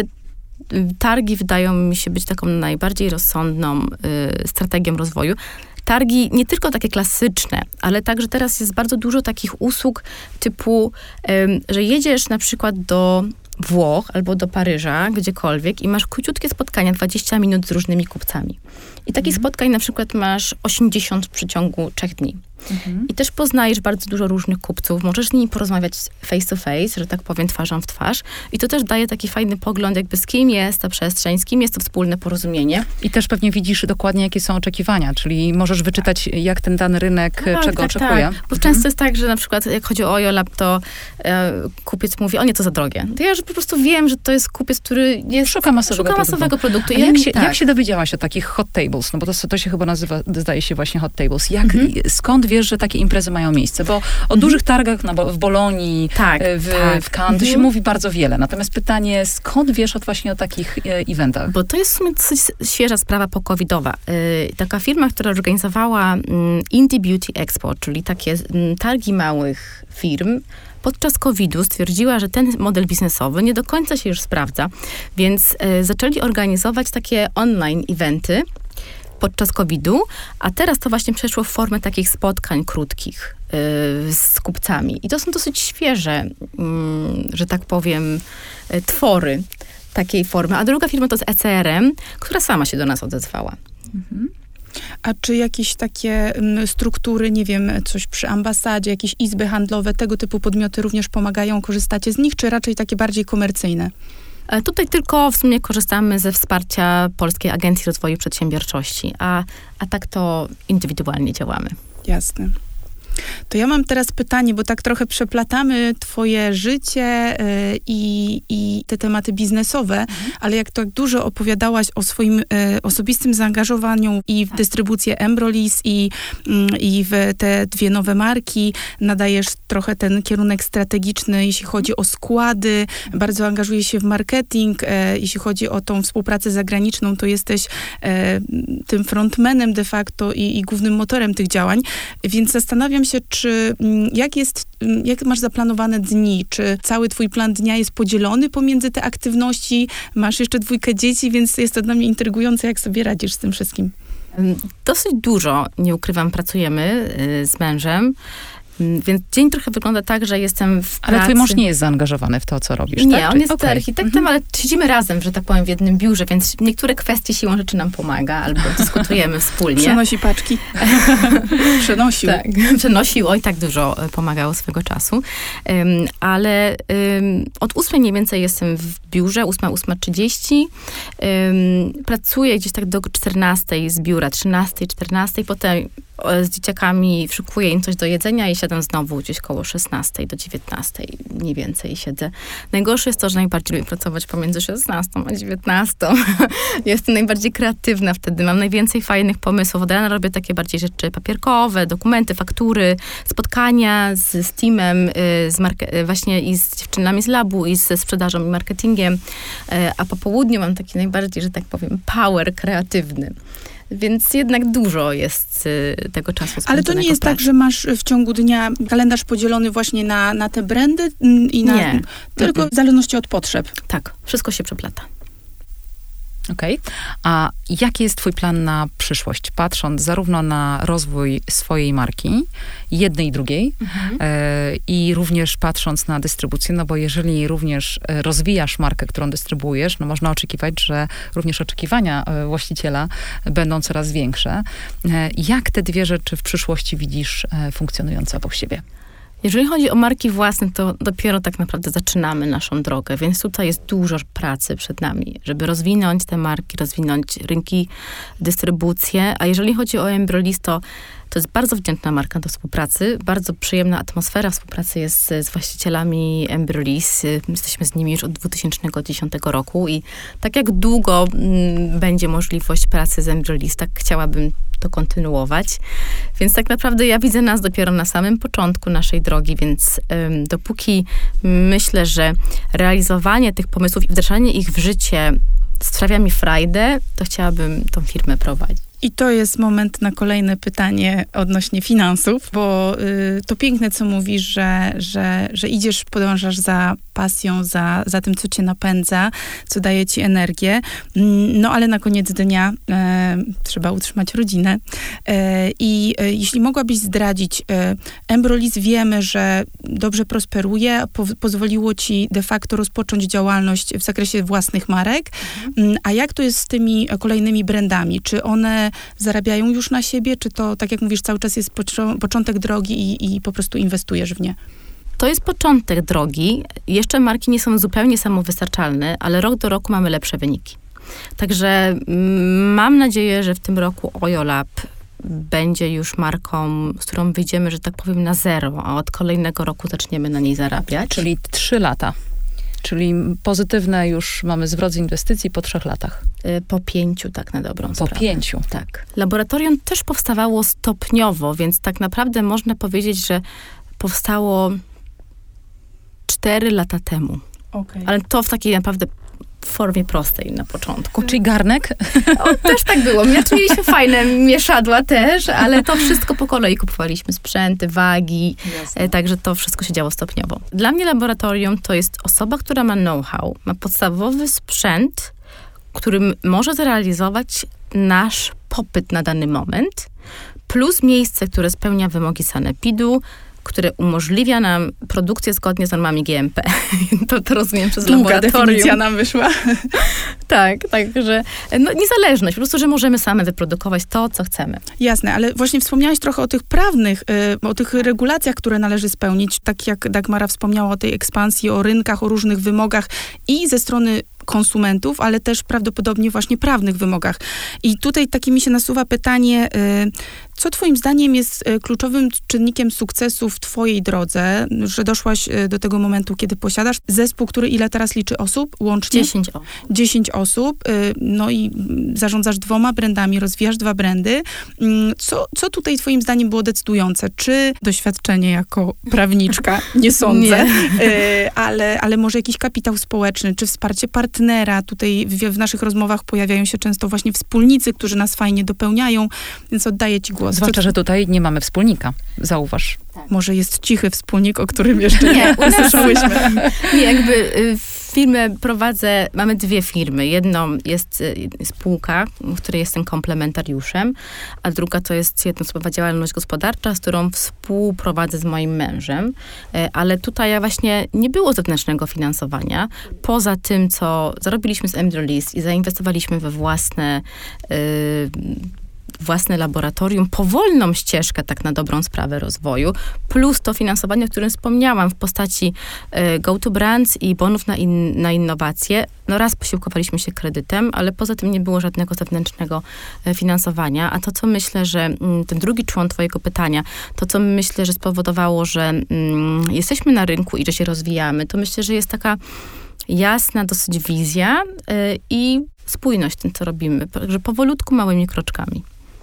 targi wydają mi się być taką najbardziej rozsądną y, strategią rozwoju. Targi nie tylko takie klasyczne, ale także teraz jest bardzo dużo takich usług typu, ym, że jedziesz na przykład do Włoch albo do Paryża, gdziekolwiek i masz króciutkie spotkania, dwadzieścia minut z różnymi kupcami. I takich spotkań na przykład masz osiemdziesiąt w przeciągu trzech dni. I też poznajesz bardzo dużo różnych kupców, możesz z nimi porozmawiać face to face, że tak powiem, twarzą w twarz. I to też daje taki fajny pogląd, jakby z kim jest ta przestrzeń, z kim jest to wspólne porozumienie. I też pewnie widzisz dokładnie, jakie są oczekiwania, czyli możesz wyczytać, jak ten dany rynek, Tak, czego tak, oczekuje. Tak. Bo często jest tak, że na przykład jak chodzi o Ojolab, to e, kupiec mówi, o nie, to za drogie. To ja już po prostu wiem, że to jest kupiec, który jest, Szuka masowego szuka produktu. masowego produktu. A Ja jak, mi- się, tak. jak się dowiedziałaś o takich hot tables? No bo to, to się chyba nazywa, zdaje się właśnie hot tables. Jak, Mhm. Skąd wiesz, że takie imprezy mają miejsce? Bo o dużych targach na, Bo- w Bolonii, Tak, e, w, tak. w Cannes, to się Mhm. mówi bardzo wiele. Natomiast pytanie, skąd wiesz o właśnie o takich e, eventach? Bo to jest w sumie dosyć świeża sprawa pokowidowa. Yy, taka firma, która organizowała mm, Indie Beauty Expo, czyli takie mm, targi małych firm, podczas kowida stwierdziła, że ten model biznesowy nie do końca się już sprawdza, więc y, zaczęli organizować takie online eventy podczas kowida, a teraz to właśnie przeszło w formę takich spotkań krótkich y, z kupcami. I to są dosyć świeże, mm, że tak powiem, y, twory takiej formy. A druga firma to jest E C R M, która sama się do nas odezwała. A czy jakieś takie m, struktury, nie wiem, coś przy ambasadzie, jakieś izby handlowe, tego typu podmioty również pomagają, korzystacie z nich, czy raczej takie bardziej komercyjne? Tutaj tylko w sumie korzystamy ze wsparcia Polskiej Agencji Rozwoju Przedsiębiorczości, a, a tak to indywidualnie działamy. Jasne. To ja mam teraz pytanie, bo tak trochę przeplatamy twoje życie y, i, i te tematy biznesowe, mhm. ale jak tak dużo opowiadałaś o swoim y, osobistym zaangażowaniu i w dystrybucję Embrolis i, y, i w te dwie nowe marki, nadajesz trochę ten kierunek strategiczny, jeśli chodzi o składy, mhm. bardzo angażujesz się w marketing, y, jeśli chodzi o tą współpracę zagraniczną, to jesteś y, tym frontmanem de facto i, i głównym motorem tych działań, więc zastanawiam się, czy jak jest, jak masz zaplanowane dni? Czy cały twój plan dnia jest podzielony pomiędzy te aktywności? Masz jeszcze dwójkę dzieci, więc jest to dla mnie intrygujące, jak sobie radzisz z tym wszystkim. Dosyć dużo, nie ukrywam, pracujemy z mężem. Więc dzień trochę wygląda tak, że jestem w pracy. Ale twój mąż nie jest zaangażowany w to, co robisz, nie, tak? Nie, on jest okay. architektem, mm-hmm. ale siedzimy razem, że tak powiem, w jednym biurze, więc niektóre kwestie siłą rzeczy nam pomaga, albo dyskutujemy wspólnie. Przenosi paczki. Przenosił. Tak, przenosił, oj, tak dużo pomagał swego czasu. Um, ale um, od ósmej mniej więcej jestem w biurze, ósma, ósma trzydzieści. Um, pracuję gdzieś tak do czternastej z biura, trzynastej, czternastej, potem z dzieciakami szykuję im coś do jedzenia i siadam znowu gdzieś koło szesnastej do dziewiętnastej mniej więcej siedzę. Najgorsze jest to, że najbardziej lubię pracować pomiędzy szesnastą a dziewiętnastą. Jestem najbardziej kreatywna wtedy, mam najwięcej fajnych pomysłów. Od rana robię takie bardziej rzeczy papierkowe, dokumenty, faktury, spotkania z, z teamem, z marke- właśnie i z dziewczynami z labu, i ze sprzedażą i marketingiem, a po południu mam taki najbardziej, że tak powiem, power kreatywny. Więc jednak dużo jest y, tego czasu. Ale to nie jest tak, że masz w ciągu dnia kalendarz podzielony właśnie na, na te brandy i na... Nie. Tylko mm-mm. w zależności od potrzeb. Tak, wszystko się przeplata. Okej. Okay. A jaki jest twój plan na przyszłość? Patrząc zarówno na rozwój swojej marki, jednej i drugiej, mhm. e, i również patrząc na dystrybucję, no bo jeżeli również rozwijasz markę, którą dystrybuujesz, no można oczekiwać, że również oczekiwania właściciela będą coraz większe. E, jak te dwie rzeczy w przyszłości widzisz e, funkcjonujące obok siebie? Jeżeli chodzi o marki własne, to dopiero tak naprawdę zaczynamy naszą drogę, więc tutaj jest dużo pracy przed nami, żeby rozwinąć te marki, rozwinąć rynki, dystrybucję. A jeżeli chodzi o Embrolis, to to jest bardzo wdzięczna marka do współpracy, bardzo przyjemna atmosfera współpracy jest z, z właścicielami Embrolis. Jesteśmy z nimi już od dwa tysiące dziesiątego roku i tak jak długo m, będzie możliwość pracy z Embrolis, tak chciałabym to kontynuować. Więc tak naprawdę ja widzę nas dopiero na samym początku naszej drogi, więc ym, dopóki myślę, że realizowanie tych pomysłów i wdrażanie ich w życie sprawia mi frajdę, to chciałabym tą firmę prowadzić. I to jest moment na kolejne pytanie odnośnie finansów, bo y, to piękne, co mówisz, że, że, że idziesz, podążasz za pasją, za, za tym, co cię napędza, co daje ci energię. No ale na koniec dnia e, trzeba utrzymać rodzinę. E, I e, jeśli mogłabyś zdradzić, e, Embrolis wiemy, że dobrze prosperuje, po, pozwoliło ci de facto rozpocząć działalność w zakresie własnych marek. Mhm. A jak to jest z tymi kolejnymi brandami? Czy one zarabiają już na siebie, czy to, tak jak mówisz, cały czas jest pocz- początek drogi i, i po prostu inwestujesz w nie? To jest początek drogi. Jeszcze marki nie są zupełnie samowystarczalne, ale rok do roku mamy lepsze wyniki. Także mm, mam nadzieję, że w tym roku OjoLab będzie już marką, z którą wyjdziemy, że tak powiem, na zero, a od kolejnego roku zaczniemy na niej zarabiać. Czyli trzy lata. Czyli pozytywne już mamy zwrot z inwestycji po trzech latach. Po pięciu, tak na dobrą po sprawę. Po pięciu. Tak. Laboratorium też powstawało stopniowo, więc tak naprawdę można powiedzieć, że powstało cztery lata temu. Okay. Ale to w takiej naprawdę w formie prostej na początku. Czyli garnek? O, też tak było. Znaczy, mieliśmy fajne mieszadła też, ale to wszystko po kolei kupowaliśmy. Sprzęty, wagi. Jasne. Także to wszystko się działo stopniowo. Dla mnie laboratorium to jest osoba, która ma know-how, ma podstawowy sprzęt, którym może zrealizować nasz popyt na dany moment, plus miejsce, które spełnia wymogi sanepidu, które umożliwia nam produkcję zgodnie z normami G M P. to, to rozumiem przez Długa laboratorium. definicja nam wyszła. tak, także no, niezależność, po prostu, że możemy same wyprodukować to, co chcemy. Jasne, ale właśnie wspomniałaś trochę o tych prawnych, y, o tych regulacjach, które należy spełnić, tak jak Dagmara wspomniała o tej ekspansji, o rynkach, o różnych wymogach i ze strony konsumentów, ale też prawdopodobnie właśnie prawnych wymogach. I tutaj takie mi się nasuwa pytanie, y, co twoim zdaniem jest y, kluczowym czynnikiem sukcesu w twojej drodze, że doszłaś y, do tego momentu, kiedy posiadasz zespół, który ile teraz liczy osób łącznie? Dziesięć osób. Dziesięć osób, y, no i zarządzasz dwoma brandami, rozwijasz dwa brandy. Y, co, co tutaj twoim zdaniem było decydujące? Czy doświadczenie jako prawniczka? Nie sądzę. Nie. Y, ale, ale może jakiś kapitał społeczny, czy wsparcie partnerów? Tutaj w, w naszych rozmowach pojawiają się często właśnie wspólnicy, którzy nas fajnie dopełniają, więc oddaję ci głos. Zwłaszcza, że tutaj nie mamy wspólnika, zauważ. Tak. Może jest cichy wspólnik, o którym jeszcze nie usłyszałyśmy. Nie, jakby firmę prowadzę, mamy dwie firmy. Jedną jest spółka, w której jestem komplementariuszem, a druga to jest jednoosobowa działalność gospodarcza, z którą współprowadzę z moim mężem. Ale tutaj właśnie nie było zewnętrznego finansowania. Poza tym, co zarobiliśmy z Embryolist i zainwestowaliśmy we własne yy, własne laboratorium, powolną ścieżkę tak na dobrą sprawę rozwoju, plus to finansowanie, o którym wspomniałam w postaci y, go-to-brands i bonów na, in, na innowacje. No raz posiłkowaliśmy się kredytem, ale poza tym nie było żadnego zewnętrznego y, finansowania. A to, co myślę, że y, ten drugi człon twojego pytania, to, co myślę, że spowodowało, że y, jesteśmy na rynku i że się rozwijamy, to myślę, że jest taka jasna dosyć wizja y, i spójność w tym, co robimy. Że powolutku, małymi kroczkami.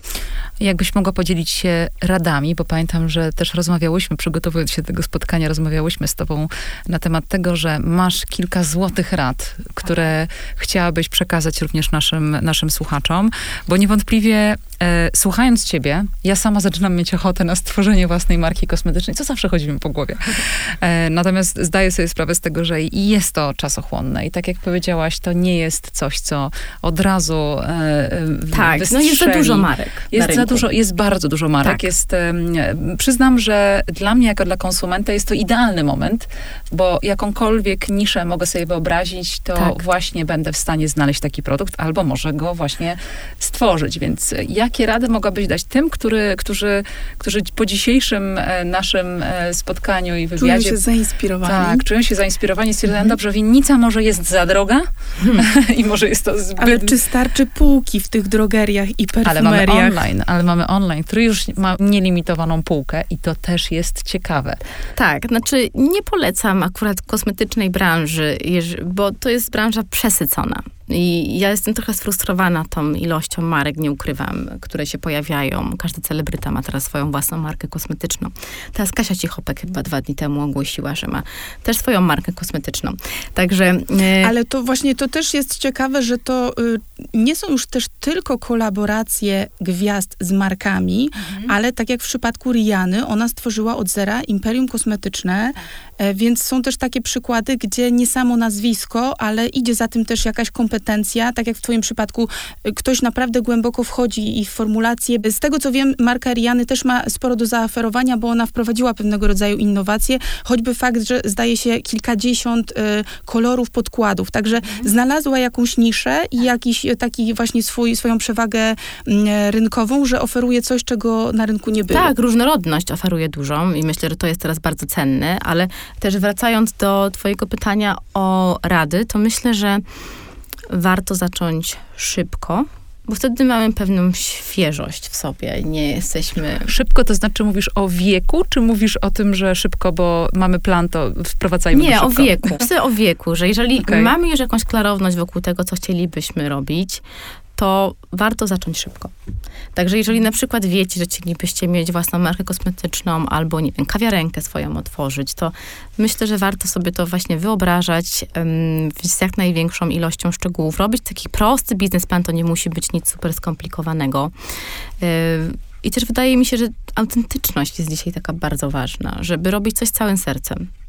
Jakbyś mogła podzielić się radami, bo pamiętam, że też rozmawiałyśmy, przygotowując się do tego spotkania, rozmawiałyśmy z tobą na temat tego, że masz kilka złotych rad, które chciałabyś przekazać również naszym, naszym słuchaczom, bo niewątpliwie e, słuchając ciebie, ja sama zaczynam mieć ochotę na stworzenie własnej marki kosmetycznej, co zawsze chodzi mi po głowie. E, natomiast zdaję sobie sprawę z tego, że jest to czasochłonne i tak jak powiedziałaś, to nie jest coś, co od razu e, Tak, wystrzeli. no jest za dużo marek. Jest za dużo, jest bardzo dużo marek. Tak. Jest, um, przyznam, że dla mnie, jako dla konsumenta, jest to idealny moment, bo jakąkolwiek niszę mogę sobie wyobrazić, to tak. właśnie będę w stanie znaleźć taki produkt, albo może go właśnie stworzyć. Więc jakie rady mogłabyś dać tym, który, którzy, którzy po dzisiejszym e, naszym e, spotkaniu i wywiadzie... Czują się zainspirowani. Tak, czują się zainspirowani, stwierdzają, Mhm. dobrze, winnica może jest za droga hmm. i może jest to zbyt... Ale czy starczy półki w tych drogeriach i Ale mamy perfumeriach? online, ale mamy online, który już ma nielimitowaną półkę i to też jest ciekawe. Tak, znaczy nie polecam akurat kosmetycznej branży, bo to jest branża przesycona. I ja jestem trochę sfrustrowana tą ilością marek, nie ukrywam, które się pojawiają. Każdy celebryta ma teraz swoją własną markę kosmetyczną. Teraz Kasia Cichopek chyba dwa dni temu ogłosiła, że ma też swoją markę kosmetyczną. Także... E... Ale to właśnie, to też jest ciekawe, że to y, nie są już też tylko kolaboracje gwiazd z markami, mhm. ale tak jak w przypadku Rihanny, ona stworzyła od zera imperium kosmetyczne, e, więc są też takie przykłady, gdzie nie samo nazwisko, ale idzie za tym też jakaś kompetencja, tak jak w twoim przypadku ktoś naprawdę głęboko wchodzi i w formulację. Z tego, co wiem, marka Rihanny też ma sporo do zaoferowania, bo ona wprowadziła pewnego rodzaju innowacje, choćby fakt, że zdaje się kilkadziesiąt y, kolorów podkładów, także mhm. znalazła jakąś niszę i jakiś taki właśnie swój, swoją przewagę y, rynkową, że oferuje coś, czego na rynku nie było. Tak, różnorodność oferuje dużą i myślę, że to jest teraz bardzo cenne, ale też wracając do twojego pytania o rady, to myślę, że warto zacząć szybko, bo wtedy mamy pewną świeżość w sobie. Nie jesteśmy... Szybko to znaczy mówisz o wieku, czy mówisz o tym, że szybko, bo mamy plan, to wprowadzajmy Nie, go szybko? o wieku. Myślę o wieku, że jeżeli okay. mamy już jakąś klarowność wokół tego, co chcielibyśmy robić, to warto zacząć szybko. Także jeżeli na przykład wiecie, że chcielibyście mieć własną markę kosmetyczną albo, nie wiem, kawiarenkę swoją otworzyć, to myślę, że warto sobie to właśnie wyobrażać um, z jak największą ilością szczegółów. Robić taki prosty biznesplan, to nie musi być nic super skomplikowanego. Yy, I też wydaje mi się, że autentyczność jest dzisiaj taka bardzo ważna, żeby robić coś całym sercem.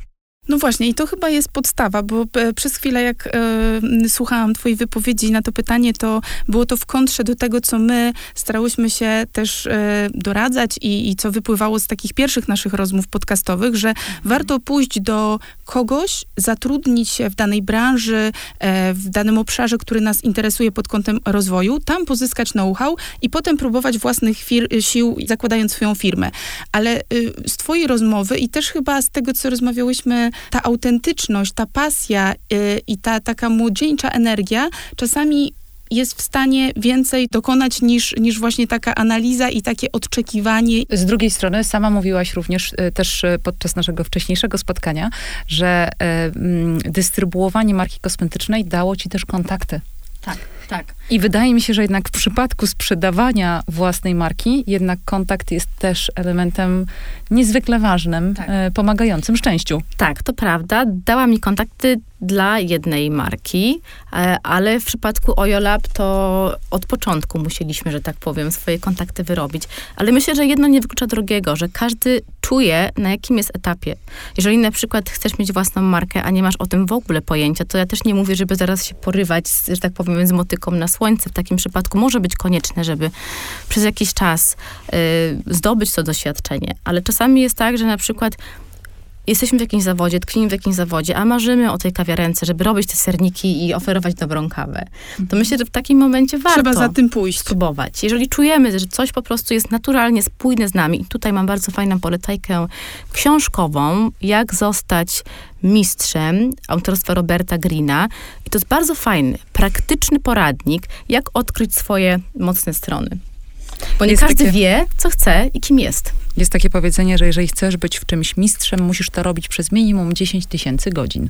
No właśnie, i to chyba jest podstawa, bo e, przez chwilę, jak e, słuchałam twojej wypowiedzi na to pytanie, to było to w kontrze do tego, co my starałyśmy się też e, doradzać i, i co wypływało z takich pierwszych naszych rozmów podcastowych, że mhm. warto pójść do kogoś, zatrudnić się w danej branży, e, w danym obszarze, który nas interesuje pod kątem rozwoju, tam pozyskać know-how i potem próbować własnych fir- sił, zakładając swoją firmę. Ale y, z twojej rozmowy i też chyba z tego, co rozmawiałyśmy, ta autentyczność, ta pasja y, i ta taka młodzieńcza energia czasami jest w stanie więcej dokonać niż, niż właśnie taka analiza i takie oczekiwanie. Z drugiej strony, sama mówiłaś również y, też y, podczas naszego wcześniejszego spotkania, że y, y, dystrybuowanie marki kosmetycznej dało ci też kontakty. Tak, tak. I wydaje mi się, że jednak w przypadku sprzedawania własnej marki, jednak kontakt jest też elementem niezwykle ważnym, tak. e, pomagającym szczęściu. Tak, to prawda. Dała mi kontakty dla jednej marki, e, ale w przypadku Ojolab to od początku musieliśmy, że tak powiem, swoje kontakty wyrobić. Ale myślę, że jedno nie wyklucza drugiego, że każdy czuje, na jakim jest etapie. Jeżeli na przykład chcesz mieć własną markę, a nie masz o tym w ogóle pojęcia, to ja też nie mówię, żeby zaraz się porywać, z, że tak powiem, z motyką na słońce. W takim przypadku może być konieczne, żeby przez jakiś czas y, zdobyć to doświadczenie. Ale czasami jest tak, że na przykład jesteśmy w jakimś zawodzie, tkwimy w jakimś zawodzie, a marzymy o tej kawiarence, żeby robić te serniki i oferować dobrą kawę. To myślę, że w takim momencie warto Trzeba za tym pójść. spróbować. Jeżeli czujemy, że coś po prostu jest naturalnie spójne z nami, i tutaj mam bardzo fajną polecajkę książkową, jak zostać mistrzem, autorstwa Roberta Greena. I to jest bardzo fajny, praktyczny poradnik, jak odkryć swoje mocne strony. Bo nie jest każdy takie, wie, co chce i kim jest. Jest takie powiedzenie, że jeżeli chcesz być w czymś mistrzem, musisz to robić przez minimum dziesięć tysięcy godzin.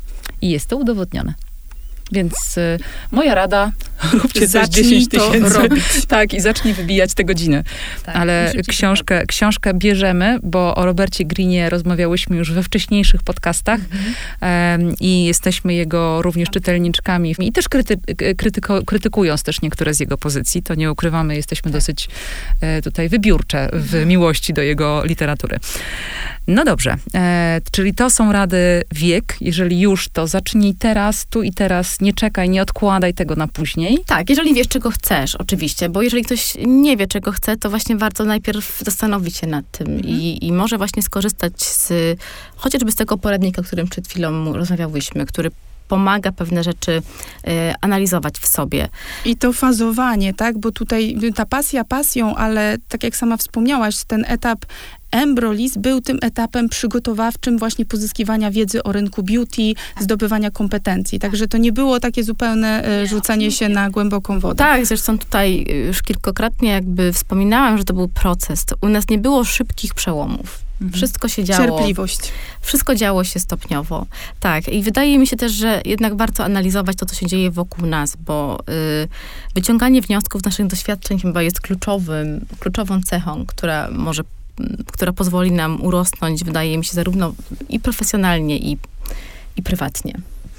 I jest to udowodnione. Więc y, moja rada, róbcie coś dziesięć tysięcy. Tak, i zacznij wybijać te godziny. Tak, ale książkę, książkę bierzemy, bo o Robercie Greenie rozmawiałyśmy już we wcześniejszych podcastach mm-hmm. um, i jesteśmy jego również czytelniczkami. I też kryty, krytyko, krytykując też niektóre z jego pozycji, to nie ukrywamy, jesteśmy tak. dosyć e, tutaj wybiórcze w mm-hmm. miłości do jego literatury. No dobrze, e, czyli to są rady wiek. Jeżeli już, to zacznij teraz, tu i teraz. Nie czekaj, nie odkładaj tego na później. Tak, jeżeli wiesz, czego chcesz, oczywiście, bo jeżeli ktoś nie wie, czego chce, to właśnie warto najpierw zastanowić się nad tym mhm. i, i może właśnie skorzystać z, chociażby z tego poradnika, o którym przed chwilą rozmawiałyśmy, który pomaga pewne rzeczy y, analizować w sobie. I to fazowanie, tak? Bo tutaj ta pasja pasją, ale tak jak sama wspomniałaś, ten etap Embrolis był tym etapem przygotowawczym właśnie pozyskiwania wiedzy o rynku beauty, tak. zdobywania kompetencji. Także to nie było takie zupełne e, rzucanie się na głęboką wodę. Tak, zresztą tutaj już kilkakrotnie jakby wspominałam, że to był proces. To u nas nie było szybkich przełomów. Mhm. Wszystko się działo. Cierpliwość. Wszystko działo się stopniowo. Tak. I wydaje mi się też, że jednak warto analizować to, co się dzieje wokół nas, bo y, wyciąganie wniosków z naszych doświadczeń chyba jest kluczowym, kluczową cechą, która może która pozwoli nam urosnąć, wydaje mi się, zarówno i profesjonalnie, i, i prywatnie.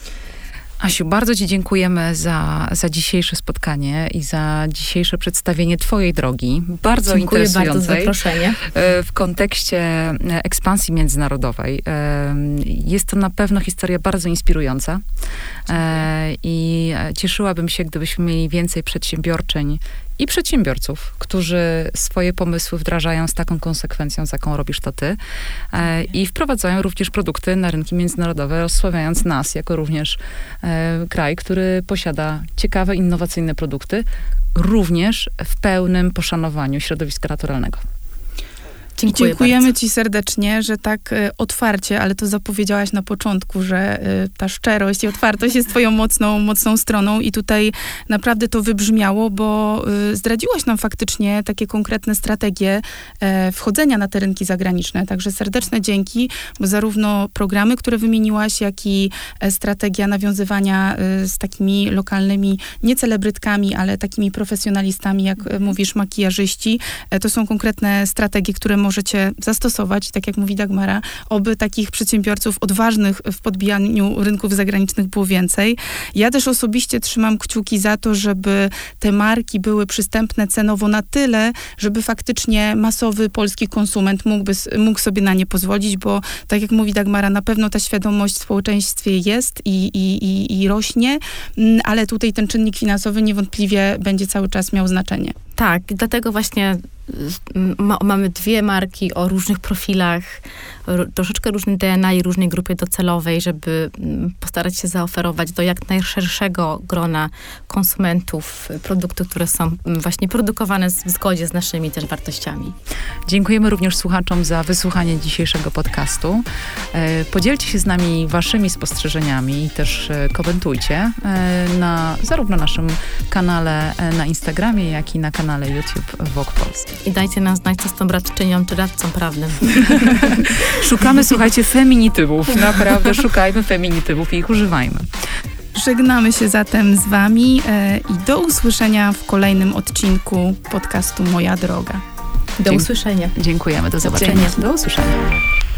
Asiu, bardzo ci dziękujemy za, za dzisiejsze spotkanie i za dzisiejsze przedstawienie twojej drogi. Bardzo Dziękuję interesującej. Bardzo za zaproszenie. W kontekście ekspansji międzynarodowej. Jest to na pewno historia bardzo inspirująca. I cieszyłabym się, gdybyśmy mieli więcej przedsiębiorczyń i przedsiębiorców, którzy swoje pomysły wdrażają z taką konsekwencją, z jaką robisz to ty. E, I wprowadzają również produkty na rynki międzynarodowe, rozsławiając nas jako również e, kraj, który posiada ciekawe, innowacyjne produkty, również w pełnym poszanowaniu środowiska naturalnego. Dziękuję Dziękujemy bardzo. Ci serdecznie, że tak y, otwarcie, ale to zapowiedziałaś na początku, że y, ta szczerość i otwartość jest twoją mocną, mocną stroną i tutaj naprawdę to wybrzmiało, bo y, zdradziłaś nam faktycznie takie konkretne strategie y, wchodzenia na te rynki zagraniczne. Także serdeczne dzięki, bo zarówno programy, które wymieniłaś, jak i y, strategia nawiązywania y, z takimi lokalnymi, nie celebrytkami, ale takimi profesjonalistami, jak y, mówisz, makijażyści, y, to są konkretne strategie, które możecie zastosować. Tak jak mówi Dagmara, oby takich przedsiębiorców odważnych w podbijaniu rynków zagranicznych było więcej. Ja też osobiście trzymam kciuki za to, żeby te marki były przystępne cenowo na tyle, żeby faktycznie masowy polski konsument mógłby, mógł sobie na nie pozwolić, bo tak jak mówi Dagmara, na pewno ta świadomość w społeczeństwie jest i, i, i, i rośnie, ale tutaj ten czynnik finansowy niewątpliwie będzie cały czas miał znaczenie. Tak, dlatego właśnie ma, mamy dwie marki o różnych profilach, ro, troszeczkę różnym D N A i różnej grupie docelowej, żeby postarać się zaoferować do jak najszerszego grona konsumentów produkty, które są właśnie produkowane w zgodzie z naszymi też wartościami. Dziękujemy również słuchaczom za wysłuchanie dzisiejszego podcastu. Podzielcie się z nami waszymi spostrzeżeniami i też komentujcie na zarówno naszym kanale na Instagramie, jak i na kanale YouTube W O K Polski. I dajcie nam znać, co z tą radczynią czy radcą prawnym. Szukamy, słuchajcie, feminitywów. Naprawdę szukajmy feminitywów i ich używajmy. Żegnamy się zatem z wami e, i do usłyszenia w kolejnym odcinku podcastu Moja Droga. Do usłyszenia. Dziękujemy, do zobaczenia. Do usłyszenia.